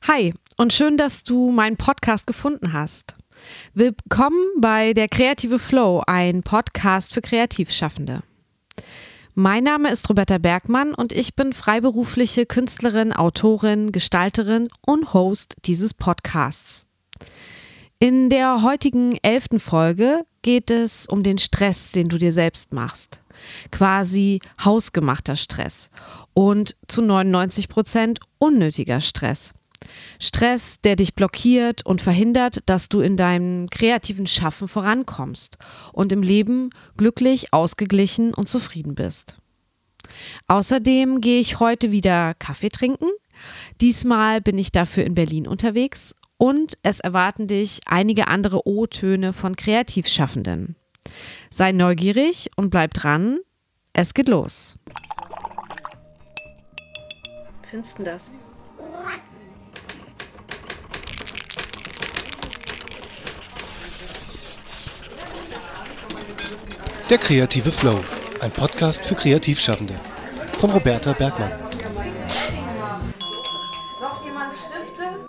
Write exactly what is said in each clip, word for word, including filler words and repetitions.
Hi und schön, dass du meinen Podcast gefunden hast. Willkommen bei der Kreative Flow, ein Podcast für Kreativschaffende. Mein Name ist Roberta Bergmann und ich bin freiberufliche Künstlerin, Autorin, Gestalterin und Host dieses Podcasts. In der heutigen elften Folge geht es um den Stress, den du dir selbst machst. Quasi hausgemachter Stress und zu neunundneunzig Prozent unnötiger Stress. Stress, der dich blockiert und verhindert, dass du in deinem kreativen Schaffen vorankommst und im Leben glücklich, ausgeglichen und zufrieden bist. Außerdem gehe ich heute wieder Kaffee trinken. Diesmal bin ich dafür in Berlin unterwegs und es erwarten dich einige andere O-Töne von Kreativschaffenden. Sei neugierig und bleib dran. Es geht los. Wie findest du das? Der Kreative Flow, ein Podcast für Kreativschaffende von Roberta Bergmann. Noch jemand Stifte?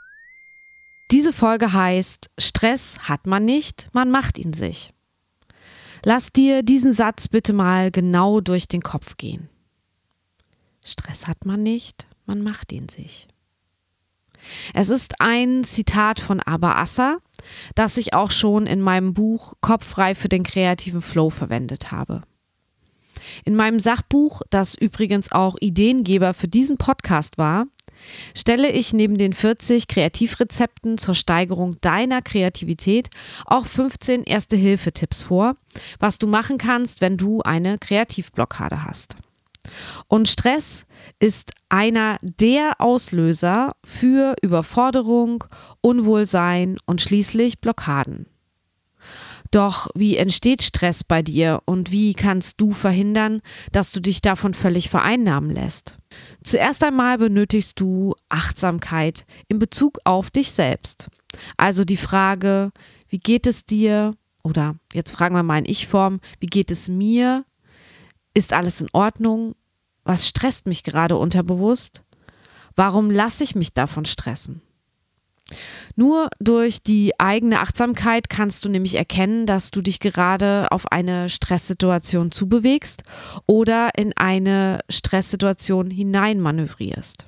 Diese Folge heißt: Stress hat man nicht, man macht ihn sich. Lass dir diesen Satz bitte mal genau durch den Kopf gehen. Stress hat man nicht, man macht ihn sich. Es ist ein Zitat von Aba Assa, das ich auch schon in meinem Buch Kopf frei für den kreativen Flow verwendet habe. In meinem Sachbuch, das übrigens auch Ideengeber für diesen Podcast war, stelle ich neben den vierzig Kreativrezepten zur Steigerung deiner Kreativität auch fünfzehn Erste-Hilfe-Tipps vor, was du machen kannst, wenn du eine Kreativblockade hast. Und Stress ist einer der Auslöser für Überforderung, Unwohlsein und schließlich Blockaden. Doch wie entsteht Stress bei dir und wie kannst du verhindern, dass du dich davon völlig vereinnahmen lässt? Zuerst einmal benötigst du Achtsamkeit in Bezug auf dich selbst. Also die Frage, wie geht es dir? Oder jetzt fragen wir mal in Ich-Form, wie geht es mir? Ist alles in Ordnung? Was stresst mich gerade unterbewusst? Warum lasse ich mich davon stressen? Nur durch die eigene Achtsamkeit kannst du nämlich erkennen, dass du dich gerade auf eine Stresssituation zubewegst oder in eine Stresssituation hineinmanövrierst.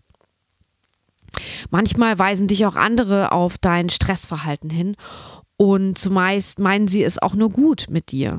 Manchmal weisen dich auch andere auf dein Stressverhalten hin und zumeist meinen sie es auch nur gut mit dir.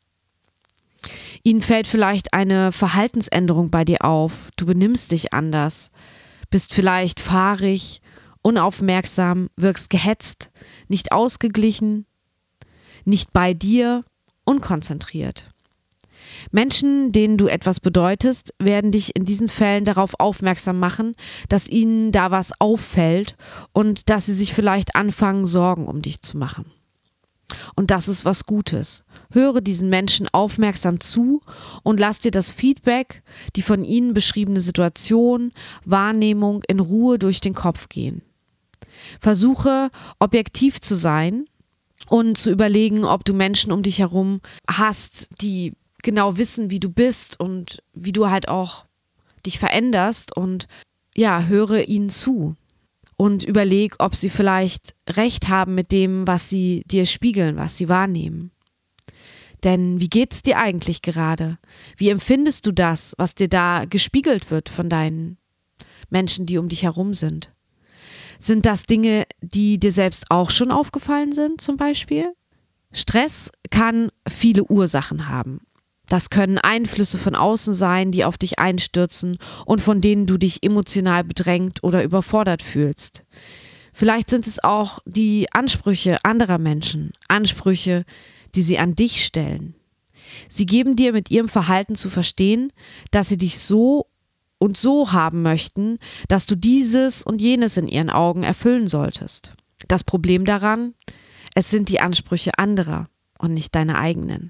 Ihnen fällt vielleicht eine Verhaltensänderung bei dir auf, du benimmst dich anders, bist vielleicht fahrig, unaufmerksam, wirkst gehetzt, nicht ausgeglichen, nicht bei dir, unkonzentriert. Menschen, denen du etwas bedeutest, werden dich in diesen Fällen darauf aufmerksam machen, dass ihnen da was auffällt und dass sie sich vielleicht anfangen, Sorgen um dich zu machen. Und das ist was Gutes. Höre diesen Menschen aufmerksam zu und lass dir das Feedback, die von ihnen beschriebene Situation, Wahrnehmung in Ruhe durch den Kopf gehen. Versuche objektiv zu sein und zu überlegen, ob du Menschen um dich herum hast, die genau wissen, wie du bist und wie du halt auch dich veränderst, und ja, höre ihnen zu. Und überleg, ob sie vielleicht recht haben mit dem, was sie dir spiegeln, was sie wahrnehmen. Denn wie geht's dir eigentlich gerade? Wie empfindest du das, was dir da gespiegelt wird von deinen Menschen, die um dich herum sind? Sind das Dinge, die dir selbst auch schon aufgefallen sind, zum Beispiel? Stress kann viele Ursachen haben. Das können Einflüsse von außen sein, die auf dich einstürzen und von denen du dich emotional bedrängt oder überfordert fühlst. Vielleicht sind es auch die Ansprüche anderer Menschen, Ansprüche, die sie an dich stellen. Sie geben dir mit ihrem Verhalten zu verstehen, dass sie dich so und so haben möchten, dass du dieses und jenes in ihren Augen erfüllen solltest. Das Problem daran, es sind die Ansprüche anderer und nicht deine eigenen.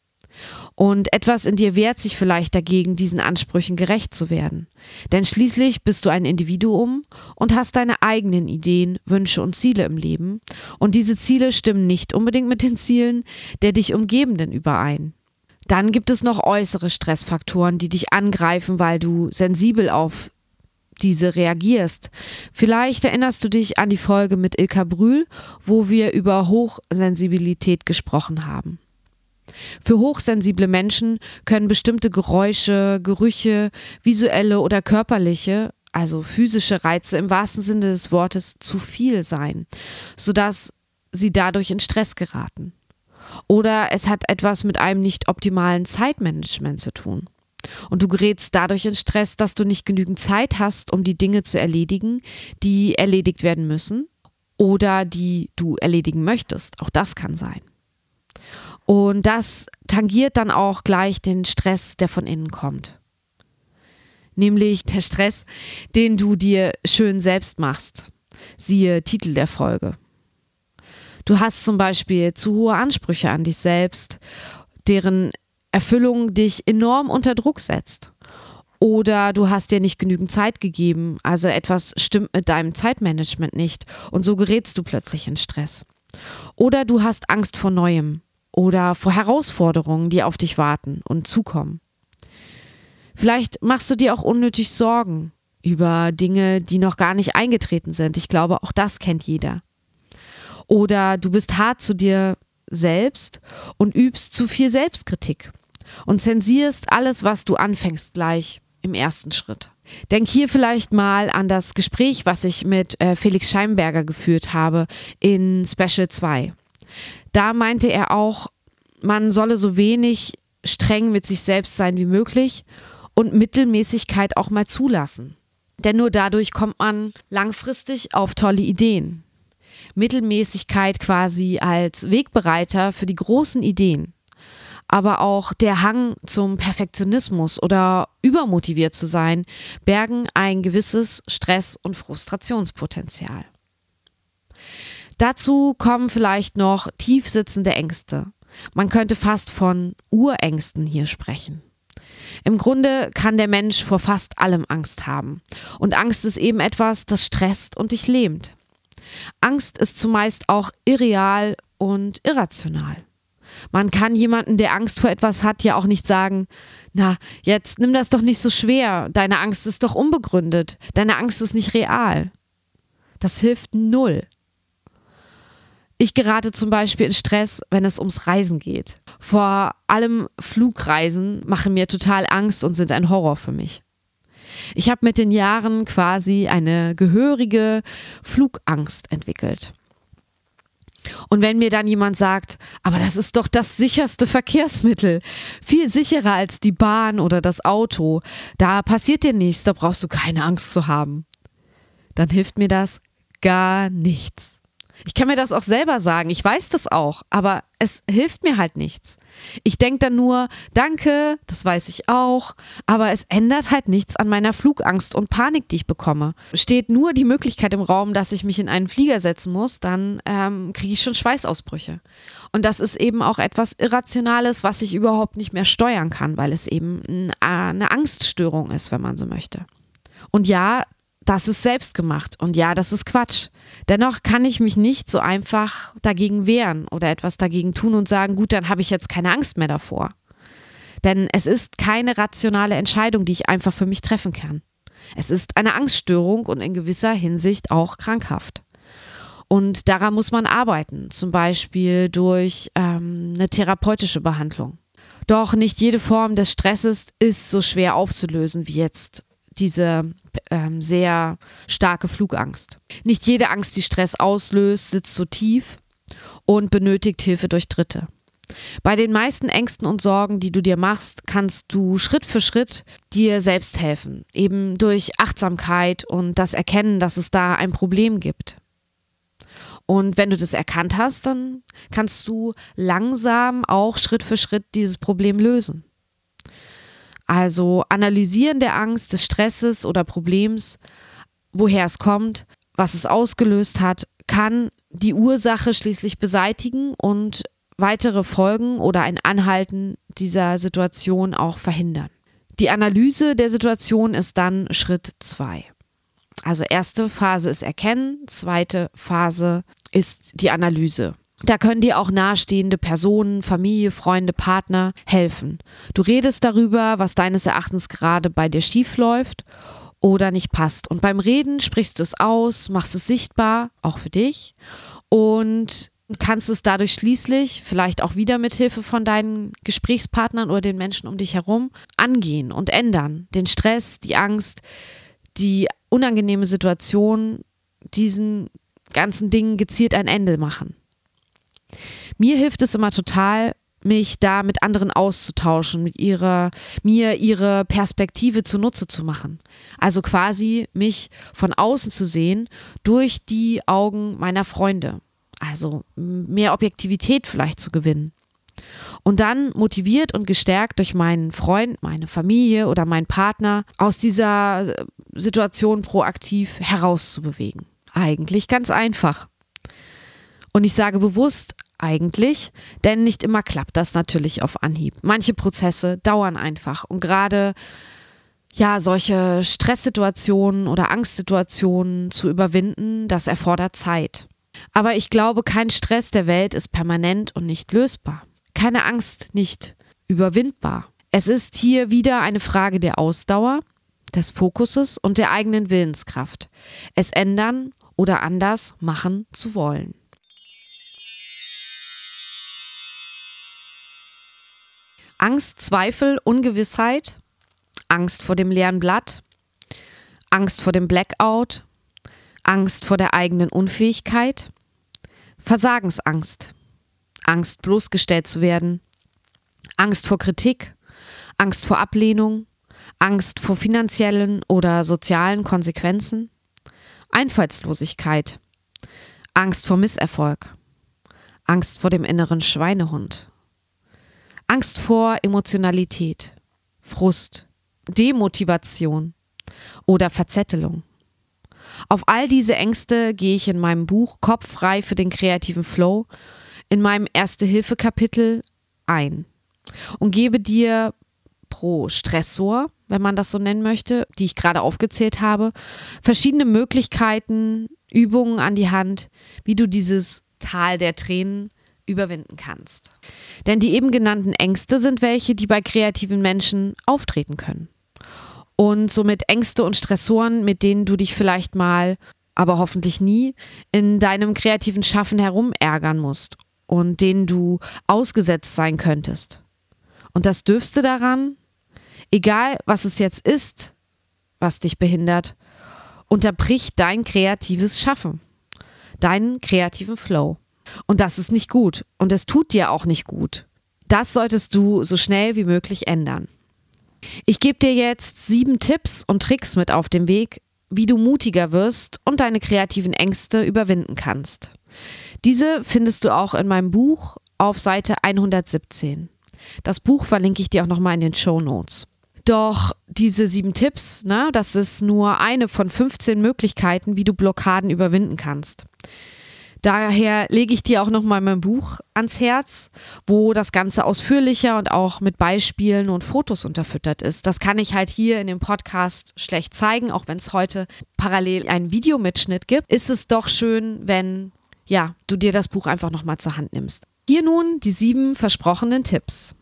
Und etwas in dir wehrt sich vielleicht dagegen, diesen Ansprüchen gerecht zu werden. Denn schließlich bist du ein Individuum und hast deine eigenen Ideen, Wünsche und Ziele im Leben. Und diese Ziele stimmen nicht unbedingt mit den Zielen der dich Umgebenden überein. Dann gibt es noch äußere Stressfaktoren, die dich angreifen, weil du sensibel auf diese reagierst. Vielleicht erinnerst du dich an die Folge mit Ilka Brühl, wo wir über Hochsensibilität gesprochen haben. Für hochsensible Menschen können bestimmte Geräusche, Gerüche, visuelle oder körperliche, also physische Reize im wahrsten Sinne des Wortes zu viel sein, sodass sie dadurch in Stress geraten. Oder es hat etwas mit einem nicht optimalen Zeitmanagement zu tun. Und du gerätst dadurch in Stress, dass du nicht genügend Zeit hast, um die Dinge zu erledigen, die erledigt werden müssen oder die du erledigen möchtest. Auch das kann sein. Und das tangiert dann auch gleich den Stress, der von innen kommt. Nämlich der Stress, den du dir schön selbst machst. Siehe Titel der Folge. Du hast zum Beispiel zu hohe Ansprüche an dich selbst, deren Erfüllung dich enorm unter Druck setzt. Oder du hast dir nicht genügend Zeit gegeben, also etwas stimmt mit deinem Zeitmanagement nicht und so gerätst du plötzlich in Stress. Oder du hast Angst vor Neuem oder vor Herausforderungen, die auf dich warten und zukommen. Vielleicht machst du dir auch unnötig Sorgen über Dinge, die noch gar nicht eingetreten sind. Ich glaube, auch das kennt jeder. Oder du bist hart zu dir selbst und übst zu viel Selbstkritik und zensierst alles, was du anfängst, gleich im ersten Schritt. Denk hier vielleicht mal an das Gespräch, was ich mit äh, Felix Scheinberger geführt habe in Special zwei. Da meinte er auch, man solle so wenig streng mit sich selbst sein wie möglich und Mittelmäßigkeit auch mal zulassen. Denn nur dadurch kommt man langfristig auf tolle Ideen. Mittelmäßigkeit quasi als Wegbereiter für die großen Ideen. Aber auch der Hang zum Perfektionismus oder übermotiviert zu sein, bergen ein gewisses Stress- und Frustrationspotenzial. Dazu kommen vielleicht noch tiefsitzende Ängste. Man könnte fast von Urängsten hier sprechen. Im Grunde kann der Mensch vor fast allem Angst haben. Und Angst ist eben etwas, das stresst und dich lähmt. Angst ist zumeist auch irreal und irrational. Man kann jemanden, der Angst vor etwas hat, ja auch nicht sagen, na, jetzt nimm das doch nicht so schwer, deine Angst ist doch unbegründet, deine Angst ist nicht real. Das hilft null. Ich gerate zum Beispiel in Stress, wenn es ums Reisen geht. Vor allem Flugreisen machen mir total Angst und sind ein Horror für mich. Ich habe mit den Jahren quasi eine gehörige Flugangst entwickelt. Und wenn mir dann jemand sagt, aber das ist doch das sicherste Verkehrsmittel, viel sicherer als die Bahn oder das Auto, da passiert dir nichts, da brauchst du keine Angst zu haben, dann hilft mir das gar nichts. Ich kann mir das auch selber sagen, ich weiß das auch, aber es hilft mir halt nichts. Ich denke dann nur, danke, das weiß ich auch, aber es ändert halt nichts an meiner Flugangst und Panik, die ich bekomme. Steht nur die Möglichkeit im Raum, dass ich mich in einen Flieger setzen muss, dann ähm, kriege ich schon Schweißausbrüche. Und das ist eben auch etwas Irrationales, was ich überhaupt nicht mehr steuern kann, weil es eben eine Angststörung ist, wenn man so möchte. Und ja, das ist selbstgemacht und ja, das ist Quatsch. Dennoch kann ich mich nicht so einfach dagegen wehren oder etwas dagegen tun und sagen, gut, dann habe ich jetzt keine Angst mehr davor. Denn es ist keine rationale Entscheidung, die ich einfach für mich treffen kann. Es ist eine Angststörung und in gewisser Hinsicht auch krankhaft. Und daran muss man arbeiten, zum Beispiel durch ähm, eine therapeutische Behandlung. Doch nicht jede Form des Stresses ist so schwer aufzulösen wie jetzt diese ähm, sehr starke Flugangst. Nicht jede Angst, die Stress auslöst, sitzt so tief und benötigt Hilfe durch Dritte. Bei den meisten Ängsten und Sorgen, die du dir machst, kannst du Schritt für Schritt dir selbst helfen. Eben durch Achtsamkeit und das Erkennen, dass es da ein Problem gibt. Und wenn du das erkannt hast, dann kannst du langsam auch Schritt für Schritt dieses Problem lösen. Also Analysieren der Angst, des Stresses oder Problems, woher es kommt, was es ausgelöst hat, kann die Ursache schließlich beseitigen und weitere Folgen oder ein Anhalten dieser Situation auch verhindern. Die Analyse der Situation ist dann Schritt zwei. Also erste Phase ist Erkennen, zweite Phase ist die Analyse. Da können dir auch nahestehende Personen, Familie, Freunde, Partner helfen. Du redest darüber, was deines Erachtens gerade bei dir schief läuft oder nicht passt. Und beim Reden sprichst du es aus, machst es sichtbar, auch für dich, und kannst es dadurch schließlich, vielleicht auch wieder mit Hilfe von deinen Gesprächspartnern oder den Menschen um dich herum, angehen und ändern. Den Stress, die Angst, die unangenehme Situation, diesen ganzen Dingen gezielt ein Ende machen. Mir hilft es immer total, mich da mit anderen auszutauschen, mit ihrer, mir ihre Perspektive zunutze zu machen. Also quasi mich von außen zu sehen durch die Augen meiner Freunde. Also mehr Objektivität vielleicht zu gewinnen. Und dann motiviert und gestärkt durch meinen Freund, meine Familie oder meinen Partner aus dieser Situation proaktiv herauszubewegen. Eigentlich ganz einfach. Und ich sage bewusst eigentlich, denn nicht immer klappt das natürlich auf Anhieb. Manche Prozesse dauern einfach und gerade ja, solche Stresssituationen oder Angstsituationen zu überwinden, das erfordert Zeit. Aber ich glaube, kein Stress der Welt ist permanent und nicht lösbar. Keine Angst nicht überwindbar. Es ist hier wieder eine Frage der Ausdauer, des Fokuses und der eigenen Willenskraft, es ändern oder anders machen zu wollen. Angst, Zweifel, Ungewissheit, Angst vor dem leeren Blatt, Angst vor dem Blackout, Angst vor der eigenen Unfähigkeit, Versagensangst, Angst bloßgestellt zu werden, Angst vor Kritik, Angst vor Ablehnung, Angst vor finanziellen oder sozialen Konsequenzen, Einfallslosigkeit, Angst vor Misserfolg, Angst vor dem inneren Schweinehund, Angst vor Emotionalität, Frust, Demotivation oder Verzettelung. Auf all diese Ängste gehe ich in meinem Buch Kopf frei für den kreativen Flow in meinem Erste-Hilfe-Kapitel ein und gebe dir pro Stressor, wenn man das so nennen möchte, die ich gerade aufgezählt habe, verschiedene Möglichkeiten, Übungen an die Hand, wie du dieses Tal der Tränen überwinden kannst. Denn die eben genannten Ängste sind welche, die bei kreativen Menschen auftreten können. Und somit Ängste und Stressoren, mit denen du dich vielleicht mal, aber hoffentlich nie, in deinem kreativen Schaffen herumärgern musst und denen du ausgesetzt sein könntest. Und das Dürfste daran, egal was es jetzt ist, was dich behindert, unterbricht dein kreatives Schaffen, deinen kreativen Flow. Und das ist nicht gut und es tut dir auch nicht gut. Das solltest du so schnell wie möglich ändern. Ich gebe dir jetzt sieben Tipps und Tricks mit auf den Weg, wie du mutiger wirst und deine kreativen Ängste überwinden kannst. Diese findest du auch in meinem Buch auf Seite hundertsiebzehn. Das Buch verlinke ich dir auch nochmal in den Shownotes. Doch diese sieben Tipps, na, das ist nur eine von fünfzehn Möglichkeiten, wie du Blockaden überwinden kannst. Daher lege ich dir auch nochmal mein Buch ans Herz, wo das Ganze ausführlicher und auch mit Beispielen und Fotos unterfüttert ist. Das kann ich halt hier in dem Podcast schlecht zeigen, auch wenn es heute parallel einen Videomitschnitt gibt. Ist es doch schön, wenn ja, du dir das Buch einfach nochmal zur Hand nimmst. Hier nun die sieben versprochenen Tipps.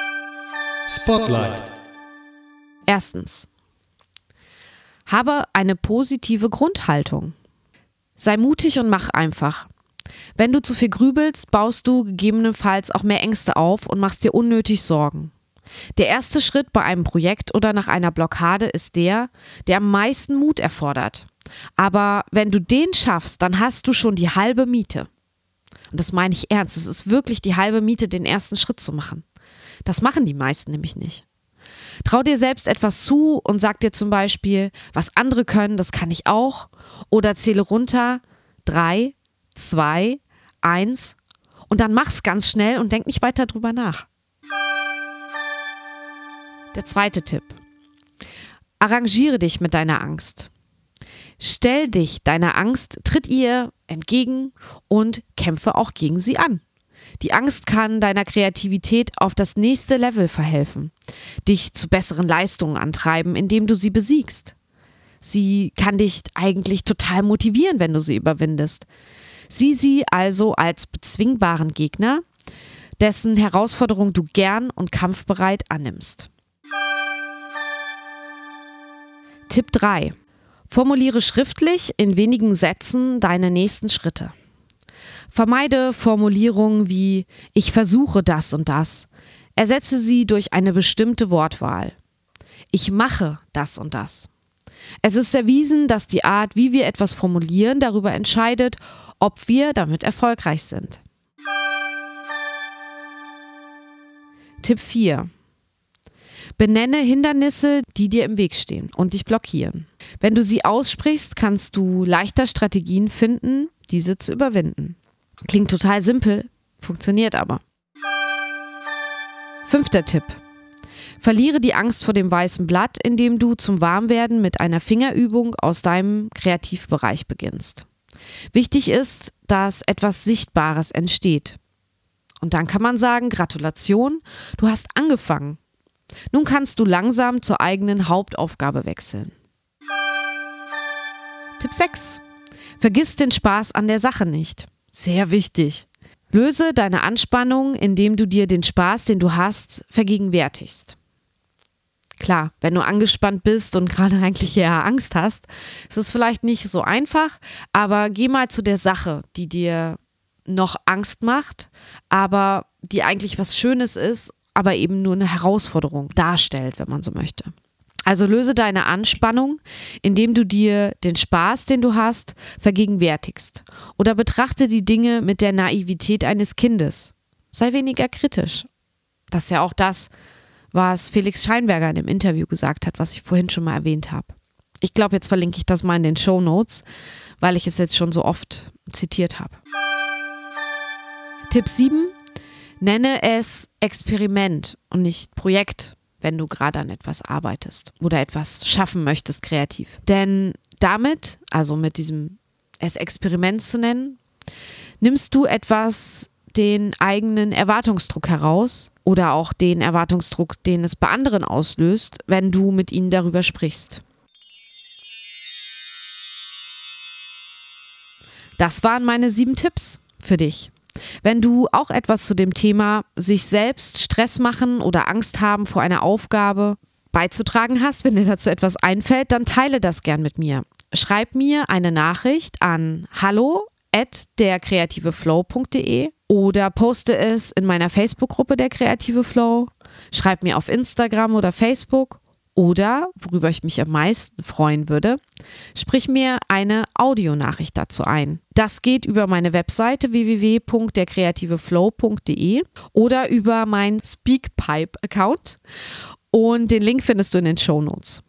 Spotlight. Erstens. Habe eine positive Grundhaltung. Sei mutig und mach einfach. Wenn du zu viel grübelst, baust du gegebenenfalls auch mehr Ängste auf und machst dir unnötig Sorgen. Der erste Schritt bei einem Projekt oder nach einer Blockade ist der, der am meisten Mut erfordert. Aber wenn du den schaffst, dann hast du schon die halbe Miete. Und das meine ich ernst. Es ist wirklich die halbe Miete, den ersten Schritt zu machen. Das machen die meisten nämlich nicht. Trau dir selbst etwas zu und sag dir zum Beispiel, was andere können, das kann ich auch. Oder zähle runter, drei, zwei, eins und dann mach's ganz schnell und denk nicht weiter drüber nach. Der zweite Tipp. Arrangiere dich mit deiner Angst. Stell dich deiner Angst, tritt ihr entgegen und kämpfe auch gegen sie an. Die Angst kann deiner Kreativität auf das nächste Level verhelfen, dich zu besseren Leistungen antreiben, indem du sie besiegst. Sie kann dich eigentlich total motivieren, wenn du sie überwindest. Sieh sie also als bezwingbaren Gegner, dessen Herausforderung du gern und kampfbereit annimmst. Tipp drei. Formuliere schriftlich in wenigen Sätzen deine nächsten Schritte. Vermeide Formulierungen wie „ich versuche das und das". Ersetze sie durch eine bestimmte Wortwahl. Ich mache das und das. Es ist erwiesen, dass die Art, wie wir etwas formulieren, darüber entscheidet, ob wir damit erfolgreich sind. Tipp vier. Benenne Hindernisse, die dir im Weg stehen und dich blockieren. Wenn du sie aussprichst, kannst du leichter Strategien finden, diese zu überwinden. Klingt total simpel, funktioniert aber. Fünfter Tipp. Verliere die Angst vor dem weißen Blatt, indem du zum Warmwerden mit einer Fingerübung aus deinem Kreativbereich beginnst. Wichtig ist, dass etwas Sichtbares entsteht. Und dann kann man sagen, Gratulation, du hast angefangen. Nun kannst du langsam zur eigenen Hauptaufgabe wechseln. Tipp sechs. Vergiss den Spaß an der Sache nicht. Sehr wichtig. Löse deine Anspannung, indem du dir den Spaß, den du hast, vergegenwärtigst. Klar, wenn du angespannt bist und gerade eigentlich eher Angst hast, ist es vielleicht nicht so einfach, aber geh mal zu der Sache, die dir noch Angst macht, aber die eigentlich was Schönes ist, aber eben nur eine Herausforderung darstellt, wenn man so möchte. Also löse deine Anspannung, indem du dir den Spaß, den du hast, vergegenwärtigst. Oder betrachte die Dinge mit der Naivität eines Kindes. Sei weniger kritisch. Das ist ja auch das, was Felix Scheinberger in dem Interview gesagt hat, was ich vorhin schon mal erwähnt habe. Ich glaube, jetzt verlinke ich das mal in den Shownotes, weil ich es jetzt schon so oft zitiert habe. Tipp sieben. Nenne es Experiment und nicht Projekt, wenn du gerade an etwas arbeitest oder etwas schaffen möchtest kreativ. Denn damit, also mit diesem es Experiment zu nennen, nimmst du etwas den eigenen Erwartungsdruck heraus oder auch den Erwartungsdruck, den es bei anderen auslöst, wenn du mit ihnen darüber sprichst. Das waren meine sieben Tipps für dich. Wenn du auch etwas zu dem Thema sich selbst Stress machen oder Angst haben vor einer Aufgabe beizutragen hast, wenn dir dazu etwas einfällt, dann teile das gern mit mir. Schreib mir eine Nachricht an hallo at der kreative flow punkt de oder poste es in meiner Facebook-Gruppe Der Kreative Flow. Schreib mir auf Instagram oder Facebook. Oder, worüber ich mich am meisten freuen würde, sprich mir eine Audionachricht dazu ein. Das geht über meine Webseite w w w punkt der kreative flow punkt de oder über meinen Speakpipe-Account und den Link findest du in den Shownotes.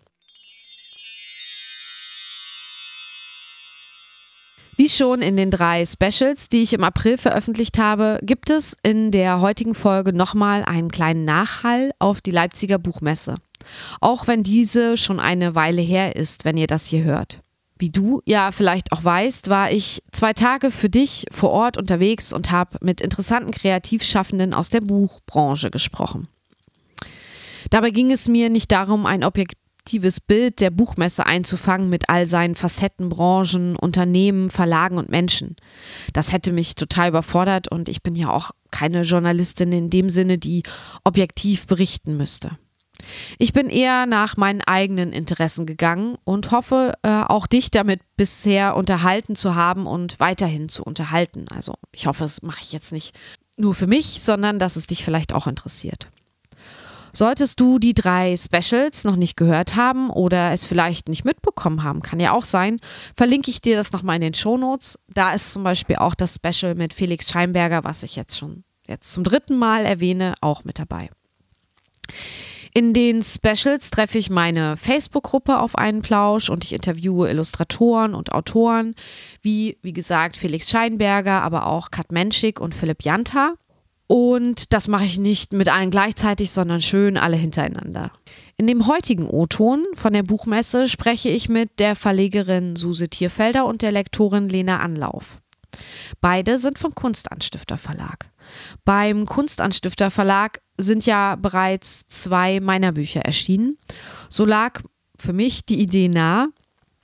Wie schon in den drei Specials, die ich im April veröffentlicht habe, gibt es in der heutigen Folge nochmal einen kleinen Nachhall auf die Leipziger Buchmesse. Auch wenn diese schon eine Weile her ist, wenn ihr das hier hört. Wie du ja vielleicht auch weißt, war ich zwei Tage für dich vor Ort unterwegs und habe mit interessanten Kreativschaffenden aus der Buchbranche gesprochen. Dabei ging es mir nicht darum, ein objektives Bild der Buchmesse einzufangen mit all seinen Facetten, Branchen, Unternehmen, Verlagen und Menschen. Das hätte mich total überfordert und ich bin ja auch keine Journalistin in dem Sinne, die objektiv berichten müsste. Ich bin eher nach meinen eigenen Interessen gegangen und hoffe, äh, auch dich damit bisher unterhalten zu haben und weiterhin zu unterhalten. Also ich hoffe, das mache ich jetzt nicht nur für mich, sondern dass es dich vielleicht auch interessiert. Solltest du die drei Specials noch nicht gehört haben oder es vielleicht nicht mitbekommen haben, kann ja auch sein, verlinke ich dir das nochmal in den Shownotes. Da ist zum Beispiel auch das Special mit Felix Scheinberger, was ich jetzt schon jetzt zum dritten Mal erwähne, auch mit dabei. In den Specials treffe ich meine Facebook-Gruppe auf einen Plausch und ich interviewe Illustratoren und Autoren, wie, wie gesagt, Felix Scheinberger, aber auch Kat Menschik und Philipp Janta. Und das mache ich nicht mit allen gleichzeitig, sondern schön alle hintereinander. In dem heutigen O-Ton von der Buchmesse spreche ich mit der Verlegerin Suse Thierfelder und der Lektorin Lena Anlauf. Beide sind vom Kunstanstifter Verlag. Beim Kunstanstifter Verlag sind ja bereits zwei meiner Bücher erschienen. So lag für mich die Idee nahe,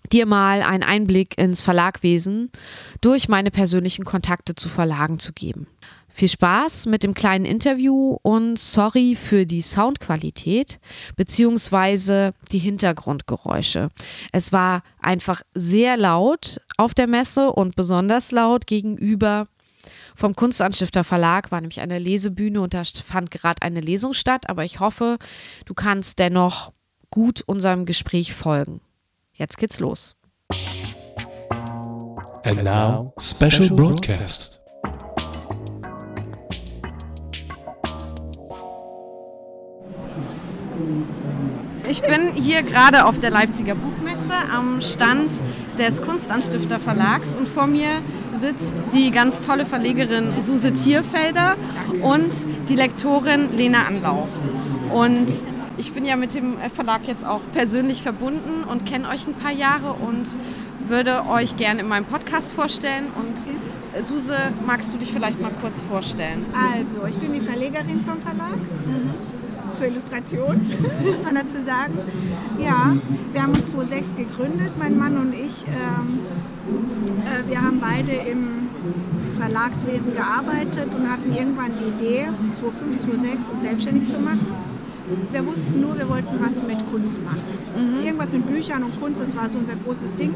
dir mal einen Einblick ins Verlagwesen durch meine persönlichen Kontakte zu Verlagen zu geben. Viel Spaß mit dem kleinen Interview und sorry für die Soundqualität beziehungsweise die Hintergrundgeräusche. Es war einfach sehr laut auf der Messe und besonders laut gegenüber vom Kunstanstifter Verlag, war nämlich eine Lesebühne und da fand gerade eine Lesung statt, aber ich hoffe, du kannst dennoch gut unserem Gespräch folgen. Jetzt geht's los. And now, special broadcast. Ich bin hier gerade auf der Leipziger Buchmesse am Stand des Kunstanstifter Verlags und vor mir sitzt die ganz tolle Verlegerin Suse Thierfelder und die Lektorin Lena Anlauf. Und ich bin ja mit dem Verlag jetzt auch persönlich verbunden und kenne euch ein paar Jahre und würde euch gerne in meinem Podcast vorstellen. Und Suse, magst du dich vielleicht mal kurz vorstellen? Also, ich bin die Verlegerin vom Verlag. Mhm. Für Illustration, muss man dazu sagen. Ja, wir haben uns zweitausendsechs gegründet, mein Mann und ich. Ähm, äh, wir haben beide im Verlagswesen gearbeitet und hatten irgendwann die Idee, zweitausendfünf, zweitausendsechs uns selbstständig zu machen. Wir wussten nur, wir wollten was mit Kunst machen. Mhm. Irgendwas mit Büchern und Kunst, das war so unser großes Ding.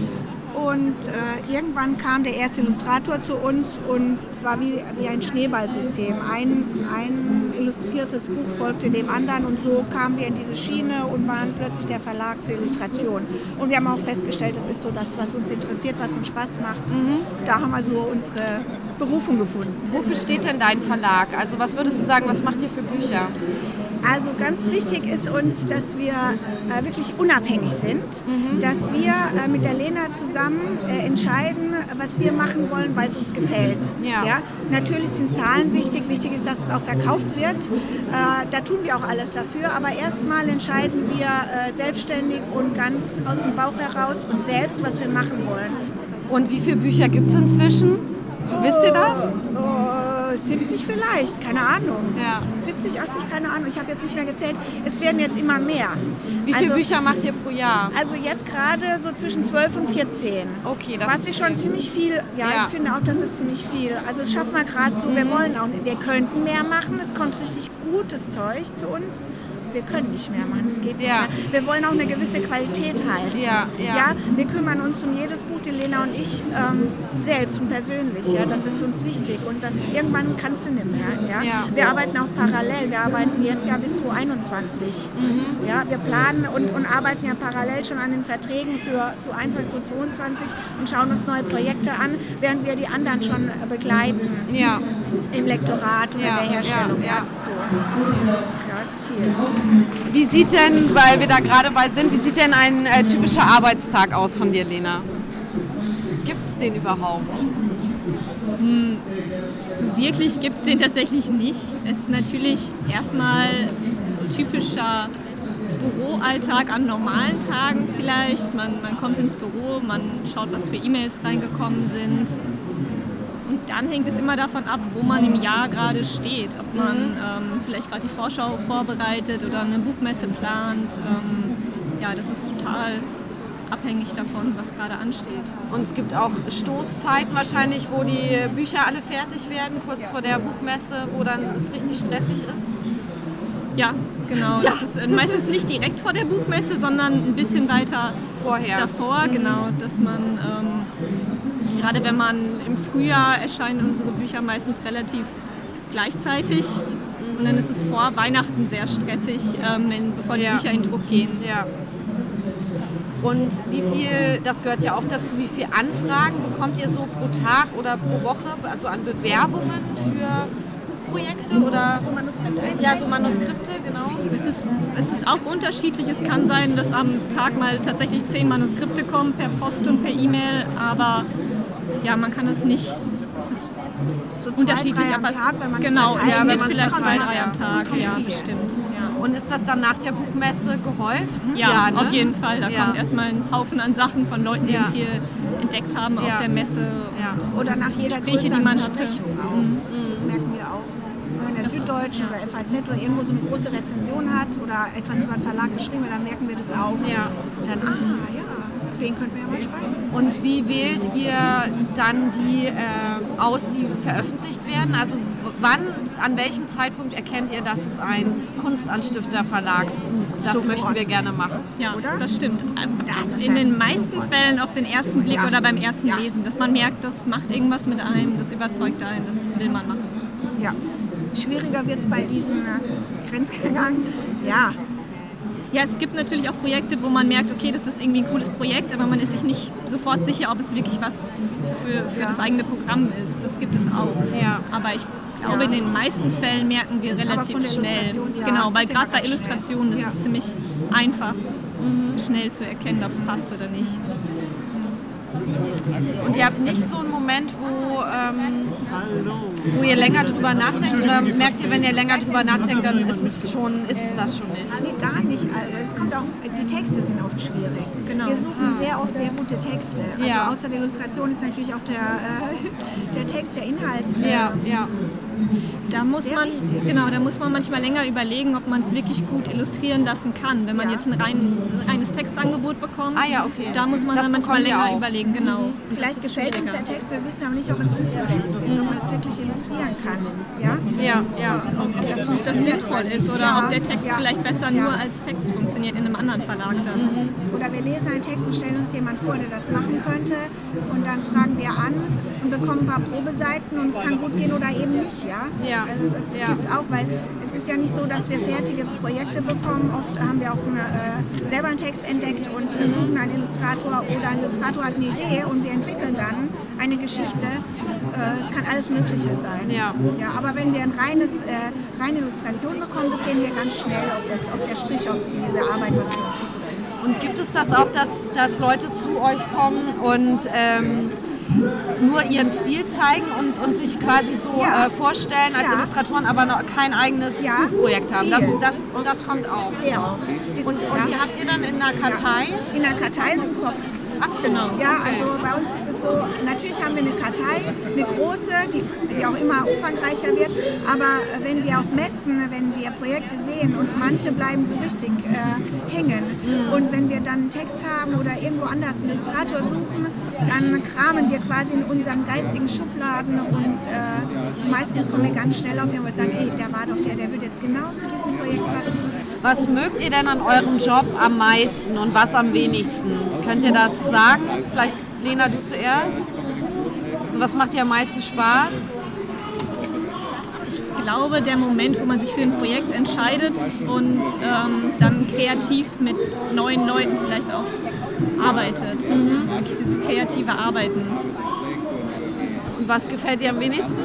Und äh, irgendwann kam der erste Illustrator zu uns und es war wie, wie ein Schneeballsystem. Ein, ein illustriertes Buch folgte dem anderen und so kamen wir in diese Schiene und waren plötzlich der Verlag für Illustration. Und wir haben auch festgestellt, das ist so das, was uns interessiert, was uns Spaß macht. Mhm. Da haben wir so unsere Berufung gefunden. Wofür steht denn dein Verlag? Also was würdest du sagen, was macht ihr für Bücher? Also ganz wichtig ist uns, dass wir äh, wirklich unabhängig sind, mhm. dass wir äh, mit der Lena zusammen äh, entscheiden, was wir machen wollen, weil es uns gefällt. Ja. Ja? Natürlich sind Zahlen wichtig, wichtig ist, dass es auch verkauft wird. Äh, da tun wir auch alles dafür, aber erstmal entscheiden wir äh, selbstständig und ganz aus dem Bauch heraus und selbst, was wir machen wollen. Und wie viele Bücher gibt es inzwischen? Oh, Wisst ihr das? Oh, siebzig vielleicht, keine Ahnung. Ja. siebzig, achtzig, keine Ahnung. Ich habe jetzt nicht mehr gezählt. Es werden jetzt immer mehr. Wie viele also, Bücher macht ihr pro Jahr? Also jetzt gerade so zwischen zwölf und vierzehn. Okay, das Was ist ist schon ziemlich viel. Ja, ja, ich finde auch, das ist ziemlich viel. Also das schaffen wir gerade so. Mhm. Wir wollen auch, wir könnten mehr machen. Es kommt richtig gutes Zeug zu uns. Wir können nicht mehr machen, es geht nicht ja. mehr. Wir wollen auch eine gewisse Qualität halten. Ja, ja. Ja, wir kümmern uns um jedes Buch, die Lena und ich, ähm, selbst und persönlich. Ja, das ist uns wichtig und das irgendwann kannst du nicht mehr. Ja? Ja. Wir arbeiten auch parallel, wir arbeiten jetzt ja bis zweitausendeinundzwanzig. Mhm. Ja, wir planen und, und arbeiten ja parallel schon an den Verträgen für zweitauseinundzwanzig, zweitausendzweiundzwanzig und schauen uns neue Projekte an, während wir die anderen schon begleiten. Ja. Im Lektorat oder ja. der Herstellung. Ja, ja. Das ist so. Ja, das ist viel. Wie sieht denn, weil wir da gerade bei sind, wie sieht denn ein äh, typischer Arbeitstag aus von dir, Lena? Gibt es den überhaupt? Hm, so wirklich gibt es den tatsächlich nicht. Es ist natürlich erstmal typischer Büroalltag an normalen Tagen vielleicht. Man, man kommt ins Büro, man schaut, was für E-Mails reingekommen sind. Und dann hängt es immer davon ab, wo man im Jahr gerade steht. Ob man ähm, vielleicht gerade die Vorschau vorbereitet oder eine Buchmesse plant. Ähm, ja, das ist total abhängig davon, was gerade ansteht. Und es gibt auch Stoßzeiten wahrscheinlich, wo die Bücher alle fertig werden, kurz vor der Buchmesse, wo dann es richtig stressig ist. Ja, genau. Ja. Das ist meistens nicht direkt vor der Buchmesse, sondern ein bisschen weiter vorher. davor. Mhm. Genau, dass man ähm, gerade wenn man im Frühjahr erscheinen unsere Bücher meistens relativ gleichzeitig mhm. und dann ist es vor Weihnachten sehr stressig, ähm, wenn, bevor die ja. Bücher in Druck gehen. Ja. Und wie viel, das gehört ja auch dazu, wie viele Anfragen bekommt ihr so pro Tag oder pro Woche, also an Bewerbungen für Projekte oder so Manuskripte? Ja, so Manuskripte, genau. Es ist, es ist auch unterschiedlich. Es kann sein, dass am Tag mal tatsächlich zehn Manuskripte kommen, per Post und per E-Mail, aber ja, man kann es nicht, es ist so zwei, unterschiedlich. drei am Tag, wenn man genau, es ja, wenn man vielleicht zwei, drei am Tag, ja, viel. bestimmt. Ja. Und ist das dann nach der Buchmesse gehäuft? Ja, ja, ne? Auf jeden Fall. Da ja. kommt erstmal ein Haufen an Sachen von Leuten, die ja. uns hier entdeckt haben ja. auf der Messe. Ja. Oder nach jeder Gespräche, die man Besprechung auch. Mhm. Das merken wir auch. Wenn der Süddeutschen oder F A Z oder irgendwo so eine große Rezension hat oder etwas über einen Verlag geschrieben wird, dann merken wir das auch. Ja. Dann, ah, ja. Den könnten wir ja mal schreiben. Und wie wählt ihr dann die äh, aus, die veröffentlicht werden? Also wann, an welchem Zeitpunkt erkennt ihr, dass es ein Kunstanstifter Verlagsbuch? Das Sofort. möchten wir gerne machen. Ja, Oder? das stimmt. Das ist In ja den meisten sofort. Fällen auf den ersten Blick Ja. oder beim ersten Ja. Lesen, dass man merkt, das macht irgendwas mit einem, das überzeugt einen, das will man machen. Ja. Schwieriger wird es bei diesen äh, Grenzgang. Ja, Ja, es gibt natürlich auch Projekte, wo man merkt, okay, das ist irgendwie ein cooles Projekt, aber man ist sich nicht sofort sicher, ob es wirklich was für, für Ja. das eigene Programm ist. Das gibt es auch. Ja. Aber ich glaube, Ja. in den meisten Fällen merken wir relativ von der schnell. Illustration, ja, Genau, das weil ist gerade immer bei ganz Illustrationen schnell. ist Ja. es ziemlich einfach, schnell zu erkennen, ob es passt oder nicht. Und ihr habt nicht so einen Moment, wo, ähm, wo ihr länger drüber nachdenkt? Oder merkt ihr, wenn ihr länger drüber nachdenkt, dann ist es schon, ist es das schon nicht? nee, gar nicht. Also, es kommt auch, die Texte sind oft schwierig. Genau. Wir suchen sehr oft sehr gute Texte. Also Ja. außer der Illustration ist natürlich auch der, äh, der Text, der Inhalt. Äh, Ja, ja. Da muss Sehr man, wichtig. genau, da muss man manchmal länger überlegen, ob man es wirklich gut illustrieren lassen kann. Wenn man Ja. jetzt ein rein, reines Textangebot bekommt, Ah ja, okay. da muss man Das dann manchmal bekommt ihr länger auch. überlegen. Genau. Und Vielleicht das ist gefällt uns schwieriger. der Text, wir wissen aber nicht, ob es umzusetzen ist, ob man es wirklich illustrieren kann. Ja? Ja, ja. Ob das das funktioniert sinnvoll ist oder Ja. ob der Text Ja. vielleicht besser Ja. nur als Text funktioniert in einem anderen Verlag dann. Oder wir lesen einen Text und stellen uns jemand vor, der das machen könnte. Und dann fragen wir an und bekommen ein paar Probeseiten und es kann gut gehen oder eben nicht. Ja, Ja. Also das Ja. gibt es auch, weil es ist ja nicht so, dass wir fertige Projekte bekommen. Oft haben wir auch eine, äh, selber einen Text entdeckt und äh, suchen einen Illustrator oder ein Illustrator hat eine Idee und wir entwickeln dann eine Geschichte. Äh, es kann alles Mögliche sein. Ja. Ja, aber wenn wir ein reines, äh, reine Illustration bekommen, das sehen wir ganz schnell, ob, das, ob der Strich, ob diese Arbeit was für uns ist oder nicht. Und gibt es das auch, dass, dass Leute zu euch kommen und ähm, nur ihren Stil zeigen und, und sich quasi so Ja. äh, vorstellen als Ja. Illustratoren, aber noch kein eigenes Ja. Buchprojekt haben? Das, Viel. das, das kommt auch. Sehr oft. Das- Und, und ja. die habt ihr dann in der Kartei? In der Kartei im Kopf. Ach so. Genau. Ja, Okay. also bei uns ist es so, natürlich haben wir eine Kartei, eine große, die, die auch immer umfangreicher wird, aber wenn wir auf Messen, wenn wir Projekte sehen und manche bleiben so richtig äh, hängen und wenn wir dann einen Text haben oder irgendwo anders einen Illustrator suchen, dann kramen wir quasi in unseren geistigen Schubladen und äh, meistens kommen wir ganz schnell auf ihn und sagen, hey, der war doch der, der wird jetzt genau zu diesem Projekt passen. Was mögt ihr denn an eurem Job am meisten und was am wenigsten? Könnt ihr das sagen? Vielleicht, Lena, du zuerst? Also was macht dir am meisten Spaß? Ich glaube, der Moment, wo man sich für ein Projekt entscheidet und ähm, dann kreativ mit neuen Leuten vielleicht auch arbeitet. Mhm. Wirklich dieses kreative Arbeiten. Und was gefällt dir am wenigsten?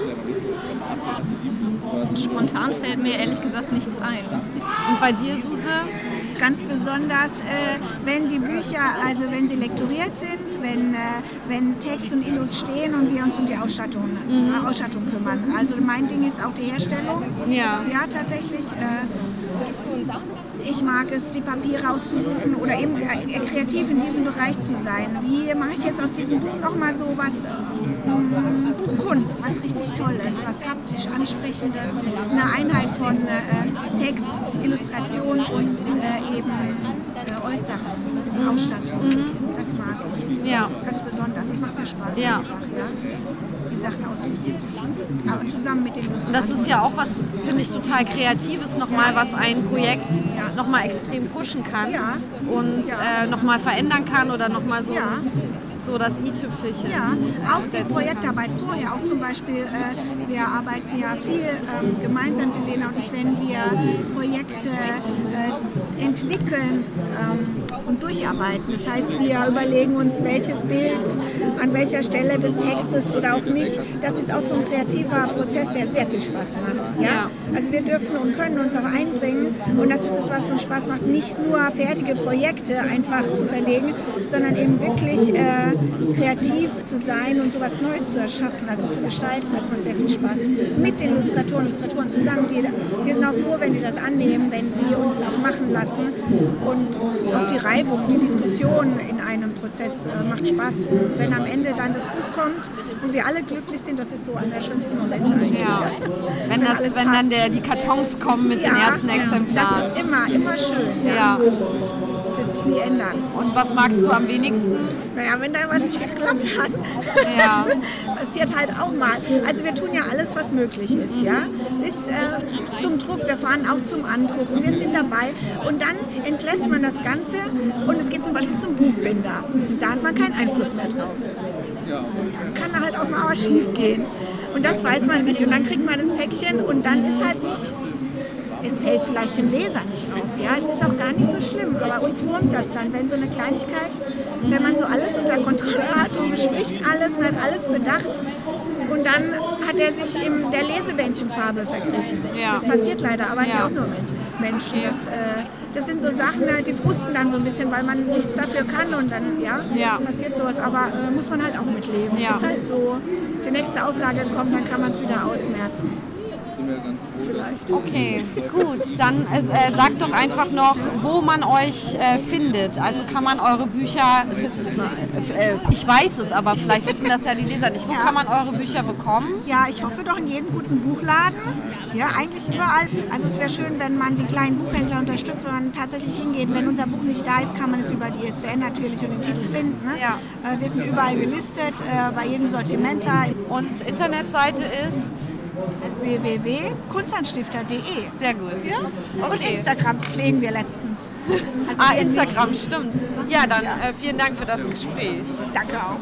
Spontan fällt mir ehrlich gesagt nichts ein. Und bei dir, Suse? Ganz besonders, äh, wenn die Bücher, also wenn sie lektoriert sind, wenn, äh, wenn Text und Illus stehen und wir uns um die Ausstattung, äh, Ausstattung kümmern. Also mein Ding ist auch die Herstellung. Ja. Ja, tatsächlich. Äh, ich mag es, die Papiere auszusuchen oder eben äh, kreativ in diesem Bereich zu sein. Wie mache ich jetzt aus diesem Buch nochmal so was, äh, Buchkunst, was richtig Tolles, was haptisch Ansprechendes, eine Einheit von äh, Text, Illustration und äh, eben äh, Äußerung, Ausstattung. Das mag ich Ja. ganz besonders. Das macht mir Spaß Ja. einfach, ja, die Sachen auszusuchen. Aber zusammen mit den Illustratoren. Das ist ja auch was, finde ich, total Kreatives nochmal, was ein Projekt nochmal extrem pushen kann Ja. und Ja. äh, nochmal verändern kann oder nochmal so, Ja. so das i-Tüpfelchen Ja, auch die setzen Projektarbeit vorher, auch zum Beispiel, äh, wir arbeiten ja viel ähm, gemeinsam, die Lena und ich, wenn wir Projekte äh, entwickeln ähm, und durcharbeiten. Das heißt, wir überlegen uns, welches Bild an welcher Stelle des Textes oder auch nicht. Das ist auch so ein kreativer Prozess, der sehr viel Spaß macht. Ja? Ja. Also wir dürfen und können uns auch einbringen und das ist es, was uns Spaß macht, nicht nur fertige Projekte einfach zu verlegen, sondern eben wirklich äh, kreativ zu sein und sowas Neues zu erschaffen, also zu gestalten. Das macht sehr viel Spaß. Mit den Illustratoren, Illustratoren zusammen. Die, wir sind auch froh, wenn die das annehmen, wenn sie uns auch machen lassen. Und auch die Reibung, die Diskussion in einem Prozess äh, macht Spaß. Und wenn am Ende dann das Buch kommt und wir alle glücklich sind, das ist so einer der schönsten Momente eigentlich. Ja. Wenn, das, alles wenn dann passt. der, die Kartons kommen mit den ersten Exemplaren. Das ist immer, immer schön. Ja. Das wird sich nie ändern. Und was magst du am wenigsten? Naja, wenn dann was nicht geklappt hat, Ja. passiert halt auch mal. Also wir tun ja alles, was möglich ist, ja. Bis äh, zum Druck, wir fahren auch zum Andruck und wir sind dabei. Und dann entlässt man das Ganze und es geht zum Beispiel zum Buchbinder. Und da hat man keinen Einfluss mehr drauf. Dann kann da halt auch mal was schief gehen. Und das weiß man nicht. Und dann kriegt man das Päckchen und dann ist halt nicht... Es fällt vielleicht dem Leser nicht auf, ja, es ist auch gar nicht so schlimm, aber uns wurmt das dann, wenn so eine Kleinigkeit, wenn man so alles unter Kontrolle hat und bespricht alles und hat alles bedacht und dann hat er sich in der Lesebändchenfarbe vergriffen. Ja. Das passiert leider, aber Ja. ja auch nur mit Menschen. Das, äh, das sind so Sachen, die frusten dann so ein bisschen, weil man nichts dafür kann und dann ja, Ja. passiert sowas, aber äh, muss man halt auch mitleben. Ja. Ist halt so, die nächste Auflage kommt, dann kann man es wieder ausmerzen. Vielleicht. Okay, gut. Dann äh, sagt doch einfach noch, wo man euch äh, findet. Also kann man eure Bücher, ist jetzt, äh, ich weiß es, aber vielleicht wissen das ja die Leser nicht. Wo Ja. kann man eure Bücher bekommen? Ja, ich hoffe doch in jedem guten Buchladen. Ja, eigentlich überall. Also es wäre schön, wenn man die kleinen Buchhändler unterstützt, wenn man tatsächlich hingeht. Wenn unser Buch nicht da ist, kann man es über die I S B N natürlich und den Titel finden. Ne? Ja. Äh, wir sind überall gelistet, äh, bei jedem Sortimenter. Und Internetseite ist? w w w punkt kunstanstifter punkt de. Sehr gut. Und Okay. Instagrams pflegen wir letztens. Also Ah, wir Instagram, nicht. stimmt. Ja, dann äh, vielen Dank für das Gespräch. Danke auch.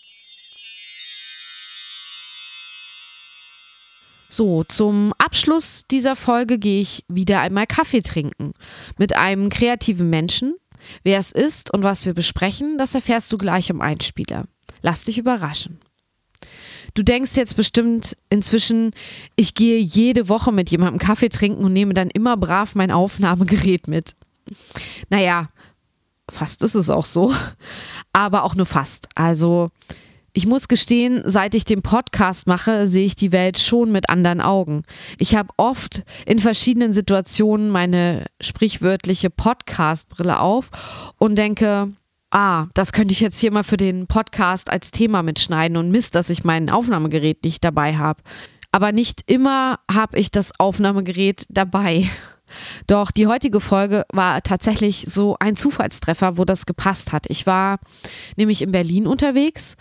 So, zum Abschluss dieser Folge gehe ich wieder einmal Kaffee trinken. Mit einem kreativen Menschen. Wer es ist und was wir besprechen, das erfährst du gleich im Einspieler. Lass dich überraschen. Du denkst jetzt bestimmt inzwischen, ich gehe jede Woche mit jemandem Kaffee trinken und nehme dann immer brav mein Aufnahmegerät mit. Naja, fast ist es auch so, aber auch nur fast. Also ich muss gestehen, seit ich den Podcast mache, sehe ich die Welt schon mit anderen Augen. Ich habe oft in verschiedenen Situationen meine sprichwörtliche Podcast-Brille auf und denke, ah, das könnte ich jetzt hier mal für den Podcast als Thema mitschneiden und Mist, dass ich mein Aufnahmegerät nicht dabei habe. Aber nicht immer habe ich das Aufnahmegerät dabei. Doch die heutige Folge war tatsächlich so ein Zufallstreffer, wo das gepasst hat. Ich war nämlich in Berlin unterwegs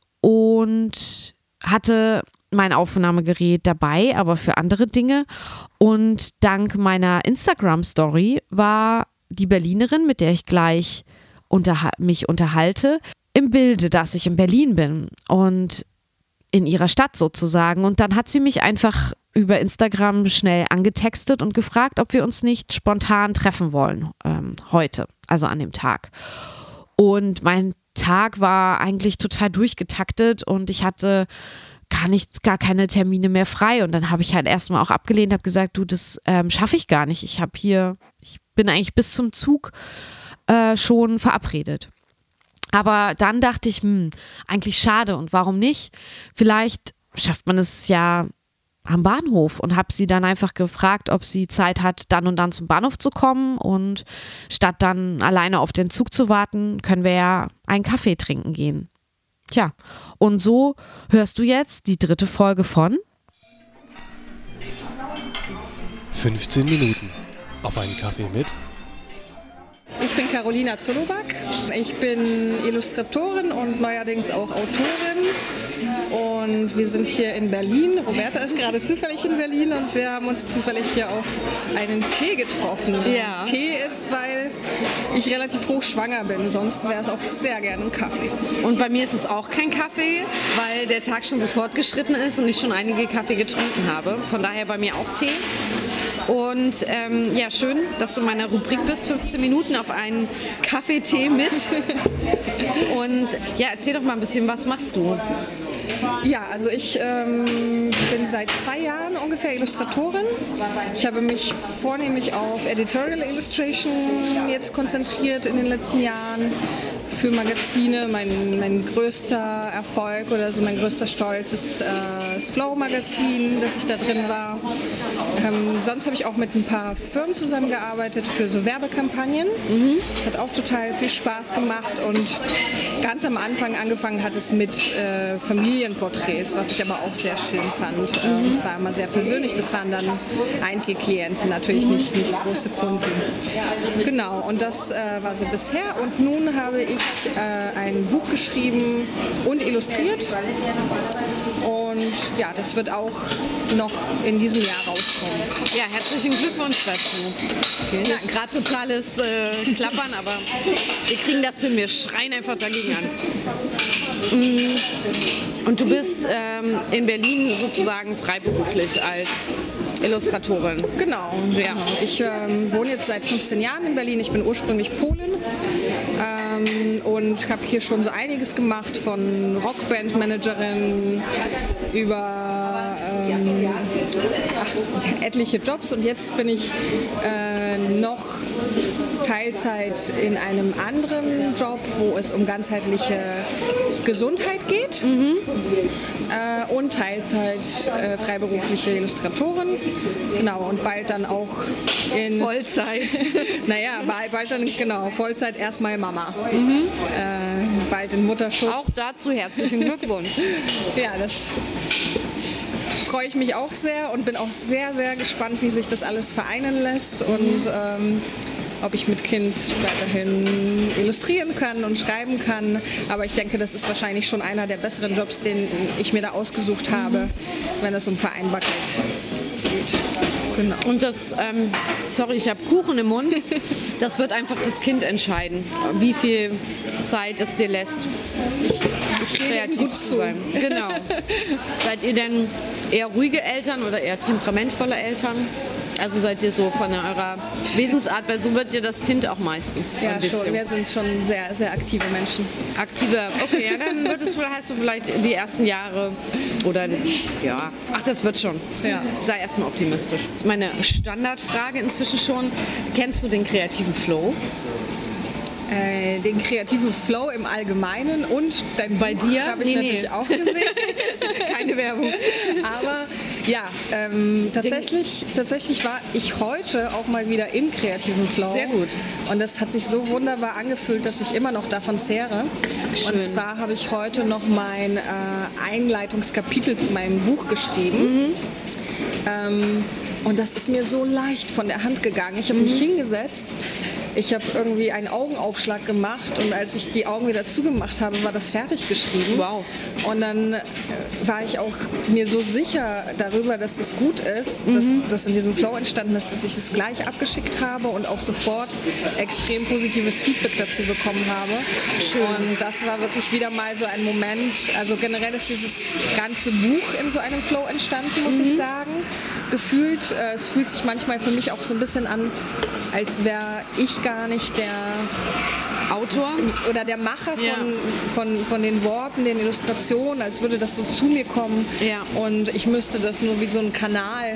und hatte mein Aufnahmegerät dabei, aber für andere Dinge. Und dank meiner Instagram-Story war die Berlinerin, mit der ich gleich unterha- mich unterhalte, im Bilde, dass ich in Berlin bin und in ihrer Stadt sozusagen. Und dann hat sie mich einfach über Instagram schnell angetextet und gefragt, ob wir uns nicht spontan treffen wollen ähm, heute, also an dem Tag. Und mein Tag war eigentlich total durchgetaktet und ich hatte gar nicht, gar keine Termine mehr frei. Und dann habe ich halt erstmal auch abgelehnt, habe gesagt, du, das ähm, schaffe ich gar nicht. Ich habe hier, ich bin eigentlich bis zum Zug äh, schon verabredet. Aber dann dachte ich, hm, eigentlich schade und warum nicht? Vielleicht schafft man es ja am Bahnhof und habe sie dann einfach gefragt, ob sie Zeit hat, dann und dann zum Bahnhof zu kommen und statt dann alleine auf den Zug zu warten, können wir ja einen Kaffee trinken gehen. Tja, und so hörst du jetzt die dritte Folge von fünfzehn Minuten auf einen Kaffee mit Ich bin Carolina Zolobak. Ich bin Illustratorin und neuerdings auch Autorin. Und wir sind hier in Berlin. Roberta ist gerade zufällig in Berlin und wir haben uns zufällig hier auf einen Tee getroffen. Ja. Tee ist, weil ich relativ hochschwanger bin. Sonst wäre es auch sehr gerne ein Kaffee. Und bei mir ist es auch kein Kaffee, weil der Tag schon so fortgeschritten ist und ich schon einige Kaffee getrunken habe. Von daher bei mir auch Tee. Und ähm, ja, schön, dass du in meiner Rubrik bist, fünfzehn Minuten auf einen Kaffee-Tee mit. Und ja, erzähl doch mal ein bisschen, was machst du? Ja, also ich ähm, bin seit zwei Jahren ungefähr Illustratorin. Ich habe mich vornehmlich auf Editorial Illustration jetzt konzentriert in den letzten Jahren für Magazine. Mein, mein größter Erfolg oder so mein größter Stolz ist äh, das Flow-Magazin, dass ich da drin war. Ähm, sonst habe ich auch mit ein paar Firmen zusammengearbeitet für so Werbekampagnen. Mhm. Das hat auch total viel Spaß gemacht und ganz am Anfang angefangen hat es mit äh, Familienporträts, was ich aber auch sehr schön fand. Mhm. Das war immer sehr persönlich, das waren dann Einzelklienten, natürlich nicht, nicht große Kunden. Genau, und das äh, war so bisher und nun habe ich äh, ein Buch geschrieben und illustriert und ja, das wird auch noch in diesem Jahr rauskommen. Ja, herzlichen Glückwunsch dazu. Vielen Dank. Gerade totales äh, Klappern, aber wir kriegen das hin, wir schreien einfach dagegen an. Und du bist ähm, in Berlin sozusagen freiberuflich als Illustratorin. Genau, ja. Ich ähm, wohne jetzt seit fünfzehn Jahren in Berlin. Ich bin ursprünglich Polin ähm, und habe hier schon so einiges gemacht, von Rockband-Managerin über ähm, ach, etliche Jobs. Und jetzt bin ich äh, noch Teilzeit in einem anderen Job, wo es um ganzheitliche Gesundheit geht. Mhm. Äh, und Teilzeit äh, freiberufliche Illustratorin. Genau, und bald dann auch in Vollzeit. Naja, bald dann, genau, Vollzeit erstmal Mama. Mhm. Äh, bald in Mutterschutz. Auch dazu herzlichen Glückwunsch. Ja, das freue ich mich auch sehr und bin auch sehr, sehr gespannt, wie sich das alles vereinen lässt und ähm, ob ich mit Kind weiterhin illustrieren kann und schreiben kann. Aber ich denke, das ist wahrscheinlich schon einer der besseren Jobs, den ich mir da ausgesucht habe, mhm. wenn es um Vereinbarkeit geht. Genau. Und das, ähm, sorry, ich habe Kuchen im Mund, das wird einfach das Kind entscheiden, wie viel Zeit es dir lässt, ich, ich kreativ gut zu sein. Genau. Seid ihr denn eher ruhige Eltern oder eher temperamentvolle Eltern? Also seid ihr so von eurer Wesensart, weil so wird ja das Kind auch meistens. Ja, ein bisschen. schon. Wir sind schon sehr, sehr aktive Menschen. Aktive, okay, ja, dann wird es, heißt du vielleicht die ersten Jahre oder ja, ach, das wird schon. Ja. Sei erstmal optimistisch. Meine Standardfrage inzwischen schon, kennst du den kreativen Flow? Äh, den kreativen Flow im Allgemeinen und dein bei Buch dir habe ich nee, natürlich nee. auch gesehen. Keine Werbung. Aber ja, ähm, tatsächlich, tatsächlich war ich heute auch mal wieder im kreativen Flow. Sehr gut. Und das hat sich so wunderbar angefühlt, dass ich immer noch davon zehre. Schön. Und zwar habe ich heute noch mein äh, Einleitungskapitel zu meinem Buch geschrieben. Mhm. Ähm, und das ist mir so leicht von der Hand gegangen. Ich habe mhm. mich hingesetzt. Ich habe irgendwie einen Augenaufschlag gemacht und als ich die Augen wieder zugemacht habe, war das fertig geschrieben. Wow. Und dann äh, war ich auch mir so sicher darüber, dass das gut ist, mhm. dass das in diesem Flow entstanden ist, dass ich es gleich abgeschickt habe und auch sofort extrem positives Feedback dazu bekommen habe. Schön. Und das war wirklich wieder mal so ein Moment, also generell ist dieses ganze Buch in so einem Flow entstanden, muss mhm. ich sagen. Gefühlt, äh, es fühlt sich manchmal für mich auch so ein bisschen an, als wäre ich gar nicht der Autor oder der Macher von, ja. von, von den Worten, den Illustrationen, als würde das so zu mir kommen ja. und ich müsste das nur wie so ein Kanal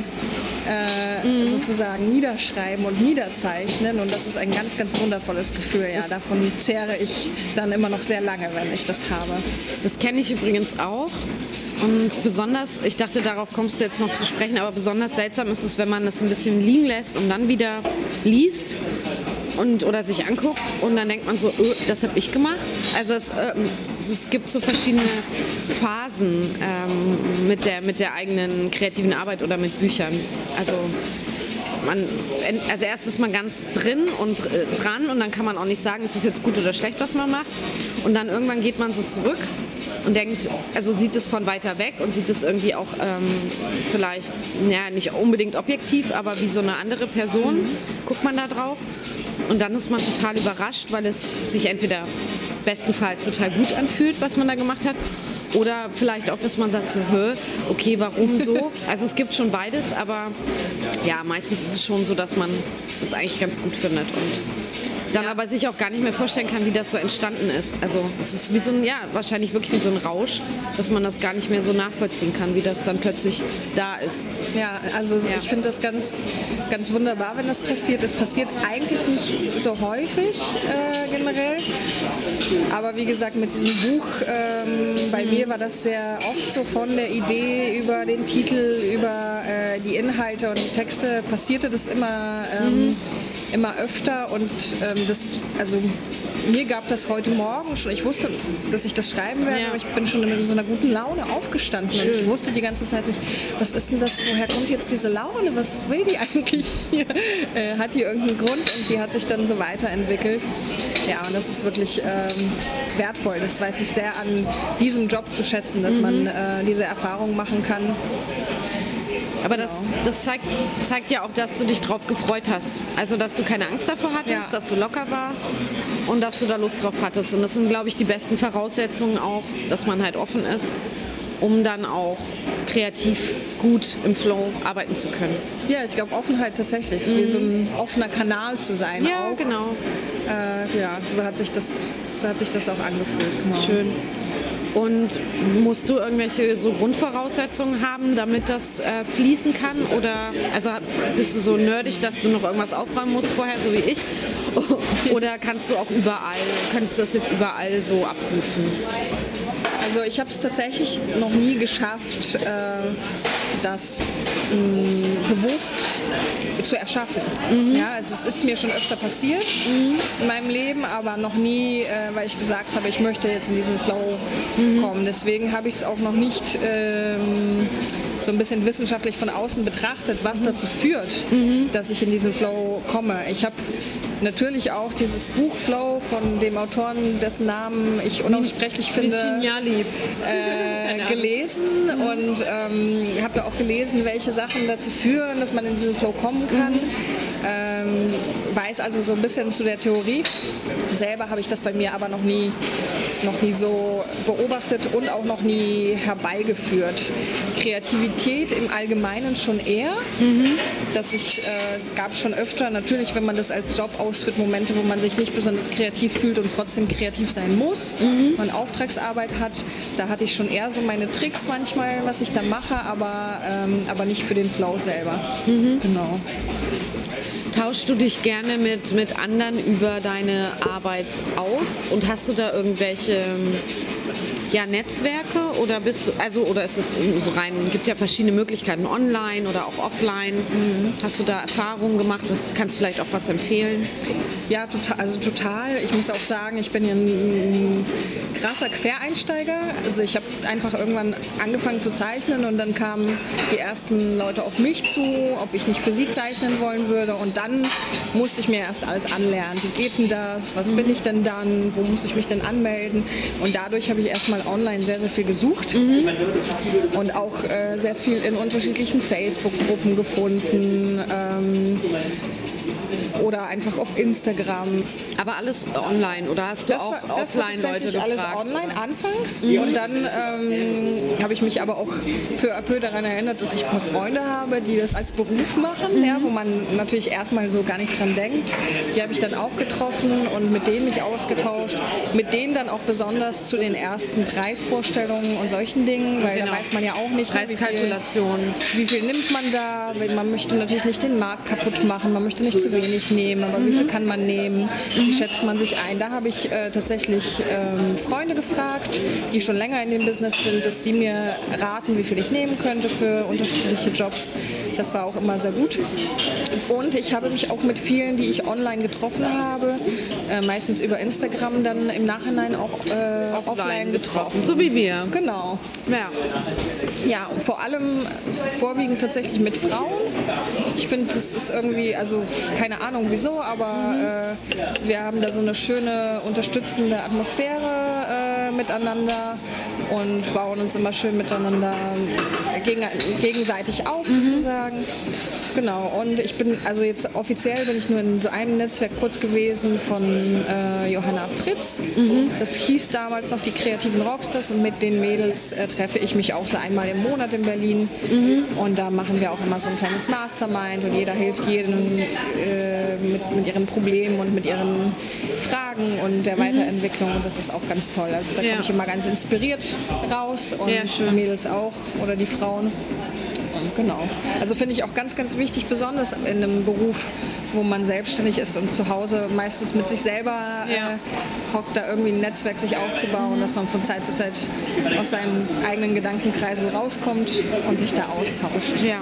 äh, mhm. sozusagen niederschreiben und niederzeichnen und das ist ein ganz, ganz wundervolles Gefühl. Ja. Davon zehre ich dann immer noch sehr lange, wenn ich das habe. Das kenne ich übrigens auch. Und besonders, ich dachte, darauf kommst du jetzt noch zu sprechen, aber besonders seltsam ist es, wenn man das ein bisschen liegen lässt und dann wieder liest und, oder sich anguckt und dann denkt man so, öh, das habe ich gemacht. Also es, äh, es gibt so verschiedene Phasen ähm, mit, der, mit der eigenen kreativen Arbeit oder mit Büchern. Also Man, als erstes ist man ganz drin und äh, dran und dann kann man auch nicht sagen, ist das jetzt gut oder schlecht, was man macht. Und dann irgendwann geht man so zurück und denkt, also sieht es von weiter weg und sieht es irgendwie auch ähm, vielleicht, ja, nicht unbedingt objektiv, aber wie so eine andere Person, guckt man da drauf. Und dann ist man total überrascht, weil es sich entweder bestenfalls total gut anfühlt, was man da gemacht hat, oder vielleicht auch, dass man sagt so, hä, okay, warum so? Also es gibt schon beides, aber ja, meistens ist es schon so, dass man das eigentlich ganz gut findet. Und dann aber sich auch gar nicht mehr vorstellen kann, wie das so entstanden ist. Also es ist wie so ein, ja, wahrscheinlich wirklich wie so ein Rausch, dass man das gar nicht mehr so nachvollziehen kann, wie das dann plötzlich da ist. Ja, also ja. ich finde das ganz, ganz wunderbar, wenn das passiert. Es passiert eigentlich nicht so häufig äh, generell, aber wie gesagt, mit diesem Buch, ähm, bei mhm. mir war das sehr oft so von der Idee über den Titel, über äh, die Inhalte und die Texte, passierte das immer, ähm, mhm. immer öfter und ähm, das, also mir gab das heute Morgen schon, ich wusste, dass ich das schreiben werde, ja. aber ich bin schon in so einer guten Laune aufgestanden Schön. und ich wusste die ganze Zeit nicht, was ist denn das, woher kommt jetzt diese Laune, was will die eigentlich hier, äh, hat die irgendeinen Grund und die hat sich dann so weiterentwickelt. Ja, und das ist wirklich ähm, wertvoll, das weiß ich sehr an diesem Job zu schätzen, dass mhm. man äh, diese Erfahrung machen kann. Aber das, das zeigt, zeigt ja auch, dass du dich drauf gefreut hast. Also, dass du keine Angst davor hattest, ja. dass du locker warst und dass du da Lust drauf hattest. Und das sind, glaube ich, die besten Voraussetzungen auch, dass man halt offen ist, um dann auch kreativ gut im Flow arbeiten zu können. Ja, ich glaube, Offenheit tatsächlich, mhm. wie so ein offener Kanal zu sein. Ja, auch. genau. Äh, ja, so hat sich das, so hat sich das auch angefühlt. Genau. Schön. Und musst du irgendwelche so Grundvoraussetzungen haben, damit das äh, fließen kann? Oder also bist du so nerdig, dass du noch irgendwas aufräumen musst vorher, so wie ich? Oder kannst du auch überall, kannst du das jetzt überall so abrufen? Also ich habe es tatsächlich noch nie geschafft, äh, das mh, bewusst zu erschaffen. Mhm. Ja, also es ist mir schon öfter passiert mhm. in meinem Leben, aber noch nie, äh, weil ich gesagt habe, ich möchte jetzt in diesen Flow mhm. kommen. Deswegen habe ich es auch noch nicht ähm, so ein bisschen wissenschaftlich von außen betrachtet, was mhm. dazu führt, mhm. dass ich in diesen Flow komme. Ich habe natürlich auch dieses Buch Flow von dem Autoren, dessen Namen ich unaussprechlich finde, äh, gelesen mhm. und ähm, habe da auch gelesen, welche Sachen dazu führen, dass man in diesen Flow kommen kann. Mhm. Ähm, weiß also so ein bisschen zu der Theorie. Selber habe ich das bei mir aber noch nie, noch nie so beobachtet und auch noch nie herbeigeführt. Kreativität im Allgemeinen schon eher. Mhm. Dass ich, äh, es gab schon öfter, natürlich, wenn man das als Job ausführt, Momente, wo man sich nicht besonders kreativ fühlt und trotzdem kreativ sein muss, mhm. man Auftragsarbeit hat. Da hatte ich schon eher so meine Tricks manchmal, was ich da mache, aber, ähm, aber nicht für den Flow selber. Mhm. Genau. Tauschst du dich gerne mit, mit anderen über deine Arbeit aus und hast du da irgendwelche ja, Netzwerke oder bist du, also oder ist es so rein, gibt es ja verschiedene Möglichkeiten, online oder auch offline. Mhm. Hast du da Erfahrungen gemacht? Was, kannst du vielleicht auch was empfehlen? Ja, total, also total. Ich muss auch sagen, ich bin hier ein, ein krasser Quereinsteiger. Also ich habe einfach irgendwann angefangen zu zeichnen und dann kamen die ersten Leute auf mich zu, ob ich nicht für sie zeichnen wollen würde und dann musste ich mir erst alles anlernen. Wie geht denn das? Was mhm. bin ich denn dann? Wo muss ich mich denn anmelden? Und dadurch habe ich erstmal online sehr, sehr viel gesucht mhm. und auch äh, sehr viel in unterschiedlichen Facebook-Gruppen gefunden ähm, oder einfach auf Instagram. Aber alles online oder hast du das auch war, das offline war Leute gefragt? Alles online anfangs mhm. und dann ähm, habe ich mich aber auch peu à peu daran erinnert, dass ich ein paar Freunde habe, die das als Beruf machen, mhm. ja, wo man natürlich erstmal so gar nicht dran denkt. Die habe ich dann auch getroffen und mit denen mich ausgetauscht, mit denen dann auch besonders zu den ersten Preisvorstellungen und solchen Dingen, weil genau. da weiß man ja auch nicht, Preiskalkulation. Wie viel, wie viel nimmt man da, man möchte natürlich nicht den Markt kaputt machen, man möchte nicht zu wenig nehmen, aber mhm. wie viel kann man nehmen, wie schätzt man sich ein. Da habe ich äh, tatsächlich ähm, Freunde gefragt, die schon länger in dem Business sind, dass die mir raten, wie viel ich nehmen könnte für unterschiedliche Jobs. Das war auch immer sehr gut. Und ich habe mich auch mit vielen, die ich online getroffen habe, äh, meistens über Instagram, dann im Nachhinein auch äh, offline, offline getroffen. So wie wir. Genau. Ja. Ja, und vor allem vorwiegend tatsächlich mit Frauen. Ich finde, das ist irgendwie, also keine Ahnung wieso, aber äh, wir haben da so eine schöne unterstützende Atmosphäre äh, miteinander und bauen uns immer schön miteinander gegen, gegenseitig auf mhm. sozusagen. Genau, und ich bin, also jetzt offiziell bin ich nur in so einem Netzwerk kurz gewesen von äh, Johanna Fritz. Mhm. Das hieß damals noch die Kreativen Rockstars und mit den Mädels äh, treffe ich mich auch so einmal im Monat in Berlin. Mhm. Und da machen wir auch immer so ein kleines Mastermind und jeder hilft jedem äh, mit, mit ihren Problemen und mit ihren Fragen und der Weiterentwicklung und das ist auch ganz toll. Also da ja. komme ich immer ganz inspiriert raus und ja, die Mädels auch oder die Frauen. Genau. Also finde ich auch ganz, ganz wichtig, besonders in einem Beruf, wo man selbstständig ist und zu Hause meistens mit sich selber ja. äh, hockt, da irgendwie ein Netzwerk sich aufzubauen, mhm. dass man von Zeit zu Zeit aus seinem eigenen Gedankenkreisel rauskommt und sich da austauscht. Ja.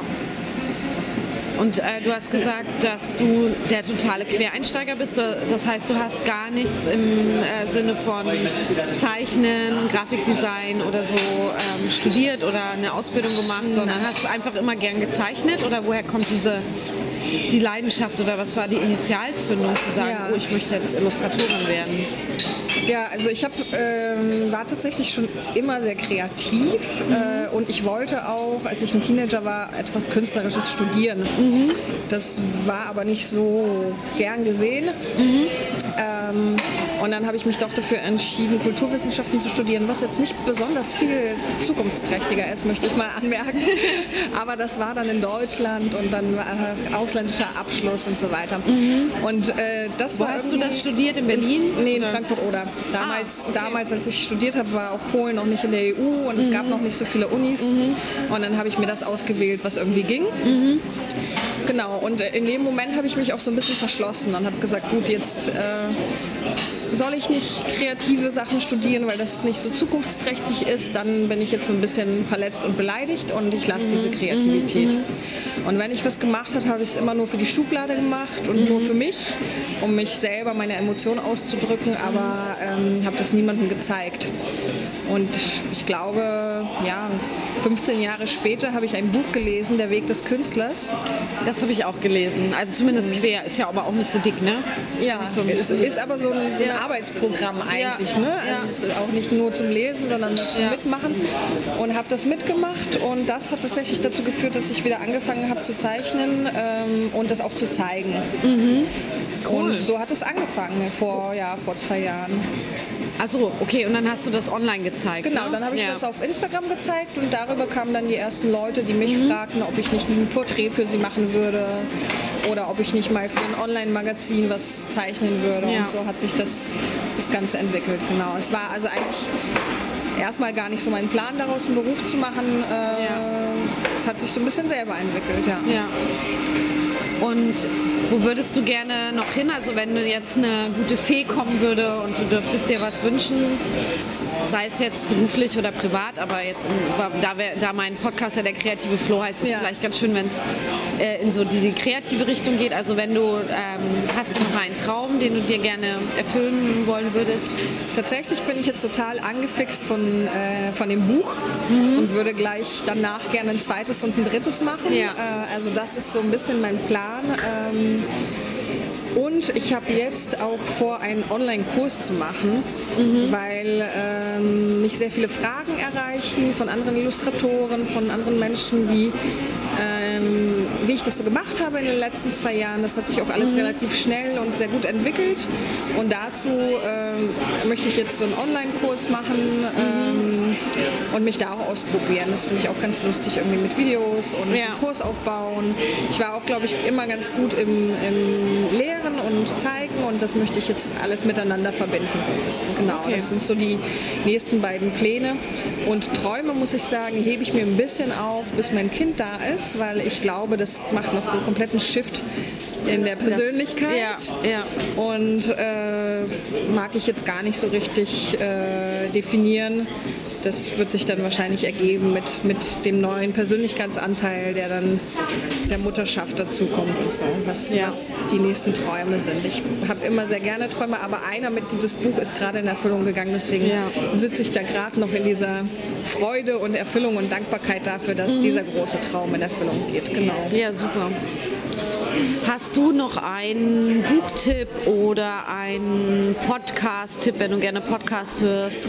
Und äh, du hast gesagt, dass du der totale Quereinsteiger bist. Das heißt, du hast gar nichts im äh, Sinne von Zeichnen, Grafikdesign oder so ähm, studiert oder eine Ausbildung gemacht, sondern hast einfach immer gern gezeichnet? Oder woher kommt diese die Leidenschaft oder was war die Initialzündung zu sagen, ja. oh, ich möchte jetzt Illustratorin werden? Ja, also ich hab, ähm, war tatsächlich schon immer sehr kreativ mhm. äh, und ich wollte auch, als ich ein Teenager war, etwas Künstlerisches studieren. Mhm. Das war aber nicht so gern gesehen. Mhm. Ähm, und dann habe ich mich doch dafür entschieden, Kulturwissenschaften zu studieren, was jetzt nicht besonders viel zukunftsträchtiger ist, möchte ich mal anmerken. Aber das war dann in Deutschland und dann äh, ausländischer Abschluss und so weiter. Mhm. Und äh, das Wo war hast du das studiert? In Berlin? Nee, in Frankfurt-Oder. Damals, ah, okay. damals, als ich studiert habe, war auch Polen noch nicht in der E U und es mhm. gab noch nicht so viele Unis. Mhm. Und dann habe ich mir das ausgewählt, was irgendwie ging. Mhm. Genau, und in dem Moment habe ich mich auch so ein bisschen verschlossen und habe gesagt, gut, jetzt äh, soll ich nicht kreative Sachen studieren, weil das nicht so zukunftsträchtig ist, dann bin ich jetzt so ein bisschen verletzt und beleidigt und ich lasse mhm. diese Kreativität. Mhm. Und wenn ich was gemacht habe, habe ich es immer nur für die Schublade gemacht und mhm. nur für mich, um mich selber, meine Emotionen auszudrücken, aber ähm, habe das niemandem gezeigt. Und ich glaube, ja, fünfzehn Jahre später habe ich ein Buch gelesen, Der Weg des Künstlers. Das habe ich auch gelesen. Also zumindest quer, ist ja aber auch nicht so dick, ne? Ist ja, so ist, ist aber so ein, so ein ja. Arbeitsprogramm eigentlich, ja. ne? Also ja. es ist auch nicht nur zum Lesen, sondern zum ja. Mitmachen. Und habe das mitgemacht und das hat tatsächlich dazu geführt, dass ich wieder angefangen habe zu zeichnen ähm, und das auch zu zeigen. Mhm. Cool. Und so hat es angefangen vor, ja, vor zwei Jahren. Achso, okay, und dann hast du das online gezeigt, Genau, ne? dann habe ich ja. das auf Instagram gezeigt und darüber kamen dann die ersten Leute, die mich mhm. fragten, ob ich nicht ein Porträt für sie machen würde oder ob ich nicht mal für ein Online-Magazin was zeichnen würde. Ja. Und so hat sich das, das Ganze entwickelt, genau. Es war also eigentlich erstmal gar nicht so mein Plan, daraus einen Beruf zu machen. Es äh, ja. hat sich so ein bisschen selber entwickelt, ja. ja. Und wo würdest du gerne noch hin? Also wenn du jetzt eine gute Fee kommen würde und du dürftest dir was wünschen, sei es jetzt beruflich oder privat, aber jetzt, da, wär, da mein Podcast ja der kreative Flow heißt, ist es ja. vielleicht ganz schön, wenn es äh, in so die, die kreative Richtung geht. Also wenn du, ähm, hast du noch einen Traum, den du dir gerne erfüllen wollen würdest? Tatsächlich bin ich jetzt total angefixt von, äh, von dem Buch mhm. und würde gleich danach gerne ein zweites und ein drittes machen. Ja. Äh, also das ist so ein bisschen mein Plan. Ähm, und ich habe jetzt auch vor, einen Online-Kurs zu machen, mhm. weil ähm, mich sehr viele Fragen erreichen von anderen Illustratoren, von anderen Menschen, wie, ähm, wie ich das so gemacht habe in den letzten zwei Jahren. Das hat sich auch alles mhm. relativ schnell und sehr gut entwickelt. Und dazu ähm, möchte ich jetzt so einen Online-Kurs machen ähm, und mich da auch ausprobieren. Das finde ich auch ganz lustig, irgendwie mit Videos und ja. einen Kurs aufbauen. Ich war auch, glaube ich, immer ganz gut im, im Lehren und Zeigen und das möchte ich jetzt alles miteinander verbinden so ein bisschen. Genau, okay. Das sind so die nächsten beiden Pläne. Und Träume, muss ich sagen, hebe ich mir ein bisschen auf, bis mein Kind da ist, weil ich glaube, das macht noch einen kompletten Shift in der Persönlichkeit. Das, ja, ja. Und äh, mag ich jetzt gar nicht so richtig äh, definieren. Das wird sich dann wahrscheinlich ergeben mit, mit dem neuen Persönlichkeitsanteil, der dann der Mutterschaft dazukommt und so, was, ja. was die nächsten Träume sind. Ich habe immer sehr gerne Träume, aber einer mit dieses Buch ist gerade in Erfüllung gegangen, deswegen ja. sitze ich da gerade noch in dieser Freude und Erfüllung und Dankbarkeit dafür, dass mhm. dieser große Traum in Erfüllung geht. Genau. Ja, super. Hast du noch einen Buchtipp oder einen Podcast-Tipp, wenn du gerne Podcasts hörst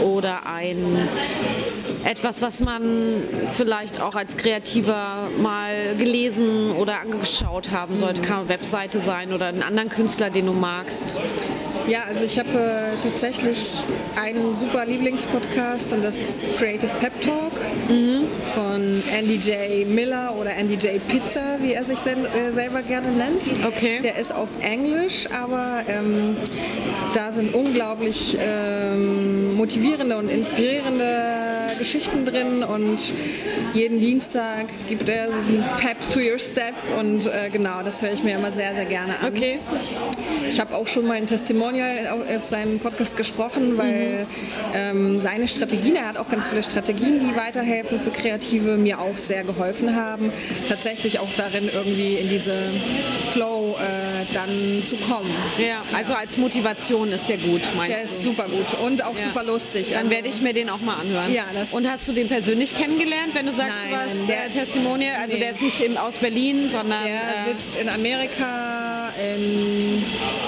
oder ein etwas, was man vielleicht auch als Kreativer mal gelesen oder angeschaut haben sollte? Kann eine Webseite sein oder einen anderen Künstler, den du magst? Ja, also ich habe äh, tatsächlich einen super Lieblingspodcast und das ist Creative Pep Talk mhm. von Andy J. Miller oder Andy J. Pizza, wie er sich sen- äh, selber gerne nennt. Okay. Der ist auf Englisch, aber ähm, da sind unglaublich ähm, motivierende und inspirierende Geschichten drin und jeden Dienstag gibt er so einen Pep to your Step und äh, genau, das höre ich mir immer sehr, sehr gerne an. Okay. Ich habe auch schon mein Testimonial auf seinem Podcast gesprochen, weil mhm. ähm, seine Strategien, er hat auch ganz viele Strategien, die weiterhelfen für Kreative, mir auch sehr geholfen haben, tatsächlich auch darin irgendwie in diese Flow äh, dann zu kommen. Ja, also als Motivation ist der gut, meinst Der du? ist super gut und auch ja. super lustig. Dann also, werde ich mir den auch mal anhören. Ja, das und hast du den persönlich kennengelernt, wenn du sagst, Nein, du warst der, äh, Testimonial? Also nee. der ist nicht im, aus Berlin, sondern... Der äh, sitzt in Amerika, in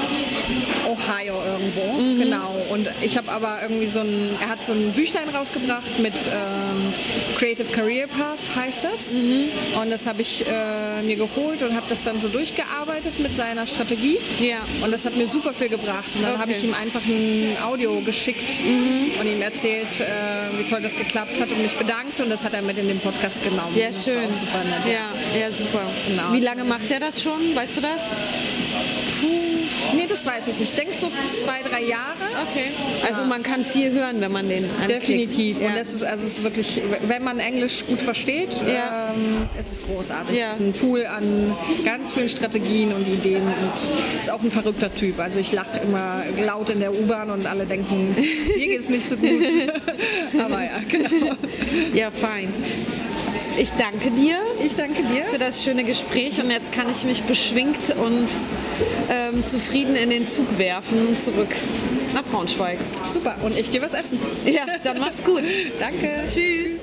Ohio irgendwo, mhm. genau. Und ich habe aber irgendwie so ein, er hat so ein Büchlein rausgebracht mit ähm, Creative Career Path heißt das. Mhm. Und das habe ich äh, mir geholt und habe das dann so durchgearbeitet mit seiner Strategie. Ja. Und das hat mir super viel gebracht. Und dann Okay. habe ich ihm einfach ein Audio geschickt mhm. und ihm erzählt, äh, wie toll das geklappt hat und mich bedankt. Und das hat er mit in den Podcast genommen. Ja, das schön. war auch super nett. Ja, ja, super. Genau. Wie lange macht der das schon? Weißt du das? Puh, nee, das weiß ich nicht. Ich denke so zwei, drei Jahre. Okay. Also man kann viel hören, wenn man den anklickt. Definitiv. Ja. Und das ist, also es ist wirklich, wenn man Englisch gut versteht, Ja. ähm, es ist großartig. Ja. Es ist ein Pool an ganz vielen Strategien und Ideen und ist auch ein verrückter Typ. Also ich lache immer laut in der U-Bahn und alle denken, mir geht's nicht so gut. Aber ja, genau. Ja, fein. Ich danke dir. Ich danke dir für das schöne Gespräch und jetzt kann ich mich beschwingt und ähm, zufrieden in den Zug werfen zurück nach Braunschweig. Super. Und ich gehe was essen. Ja, dann mach's gut. Danke. Tschüss.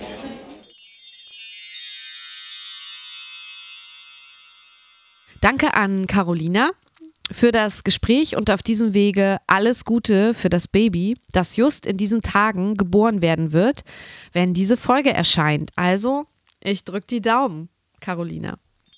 Danke an Carolina für das Gespräch und auf diesem Wege alles Gute für das Baby, das just in diesen Tagen geboren werden wird, wenn diese Folge erscheint. Also, ich drücke die Daumen, Carolina.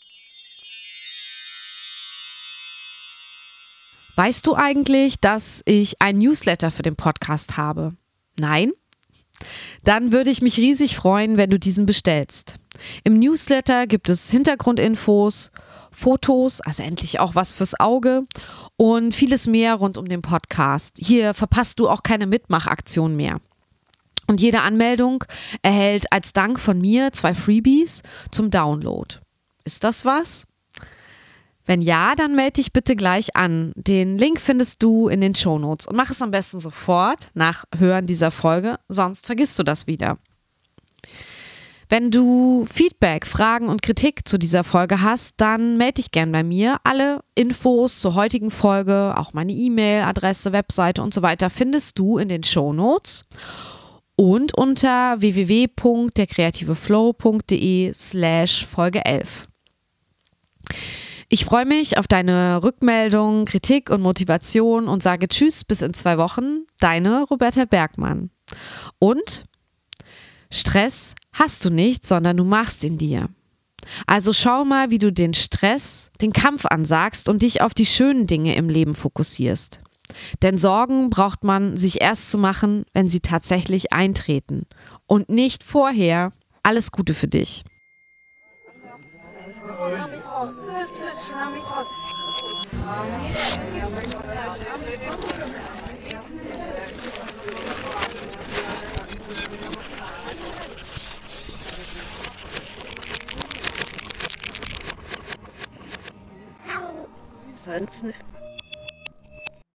Weißt du eigentlich, dass ich ein Newsletter für den Podcast habe? Nein? Dann würde ich mich riesig freuen, wenn du diesen bestellst. Im Newsletter gibt es Hintergrundinfos, Fotos, also endlich auch was fürs Auge und vieles mehr rund um den Podcast. Hier verpasst du auch keine Mitmachaktion mehr. Und jede Anmeldung erhält als Dank von mir zwei Freebies zum Download. Ist das was? Wenn ja, dann melde dich bitte gleich an. Den Link findest du in den Shownotes und mach es am besten sofort nach Hören dieser Folge, sonst vergisst du das wieder. Wenn du Feedback, Fragen und Kritik zu dieser Folge hast, dann melde dich gern bei mir. Alle Infos zur heutigen Folge, auch meine E-Mail-Adresse, Webseite und so weiter findest du in den Shownotes und unter w w w punkt der kreative flow punkt de slash Folge elf. Ich freue mich auf deine Rückmeldung, Kritik und Motivation und sage Tschüss bis in zwei Wochen. Deine Roberta Bergmann. Und Stress hast du nicht, sondern du machst ihn dir. Also schau mal, wie du den Stress, den Kampf ansagst und dich auf die schönen Dinge im Leben fokussierst. Denn Sorgen braucht man sich erst zu machen, wenn sie tatsächlich eintreten. Und nicht vorher. Alles Gute für dich. Sonst nicht.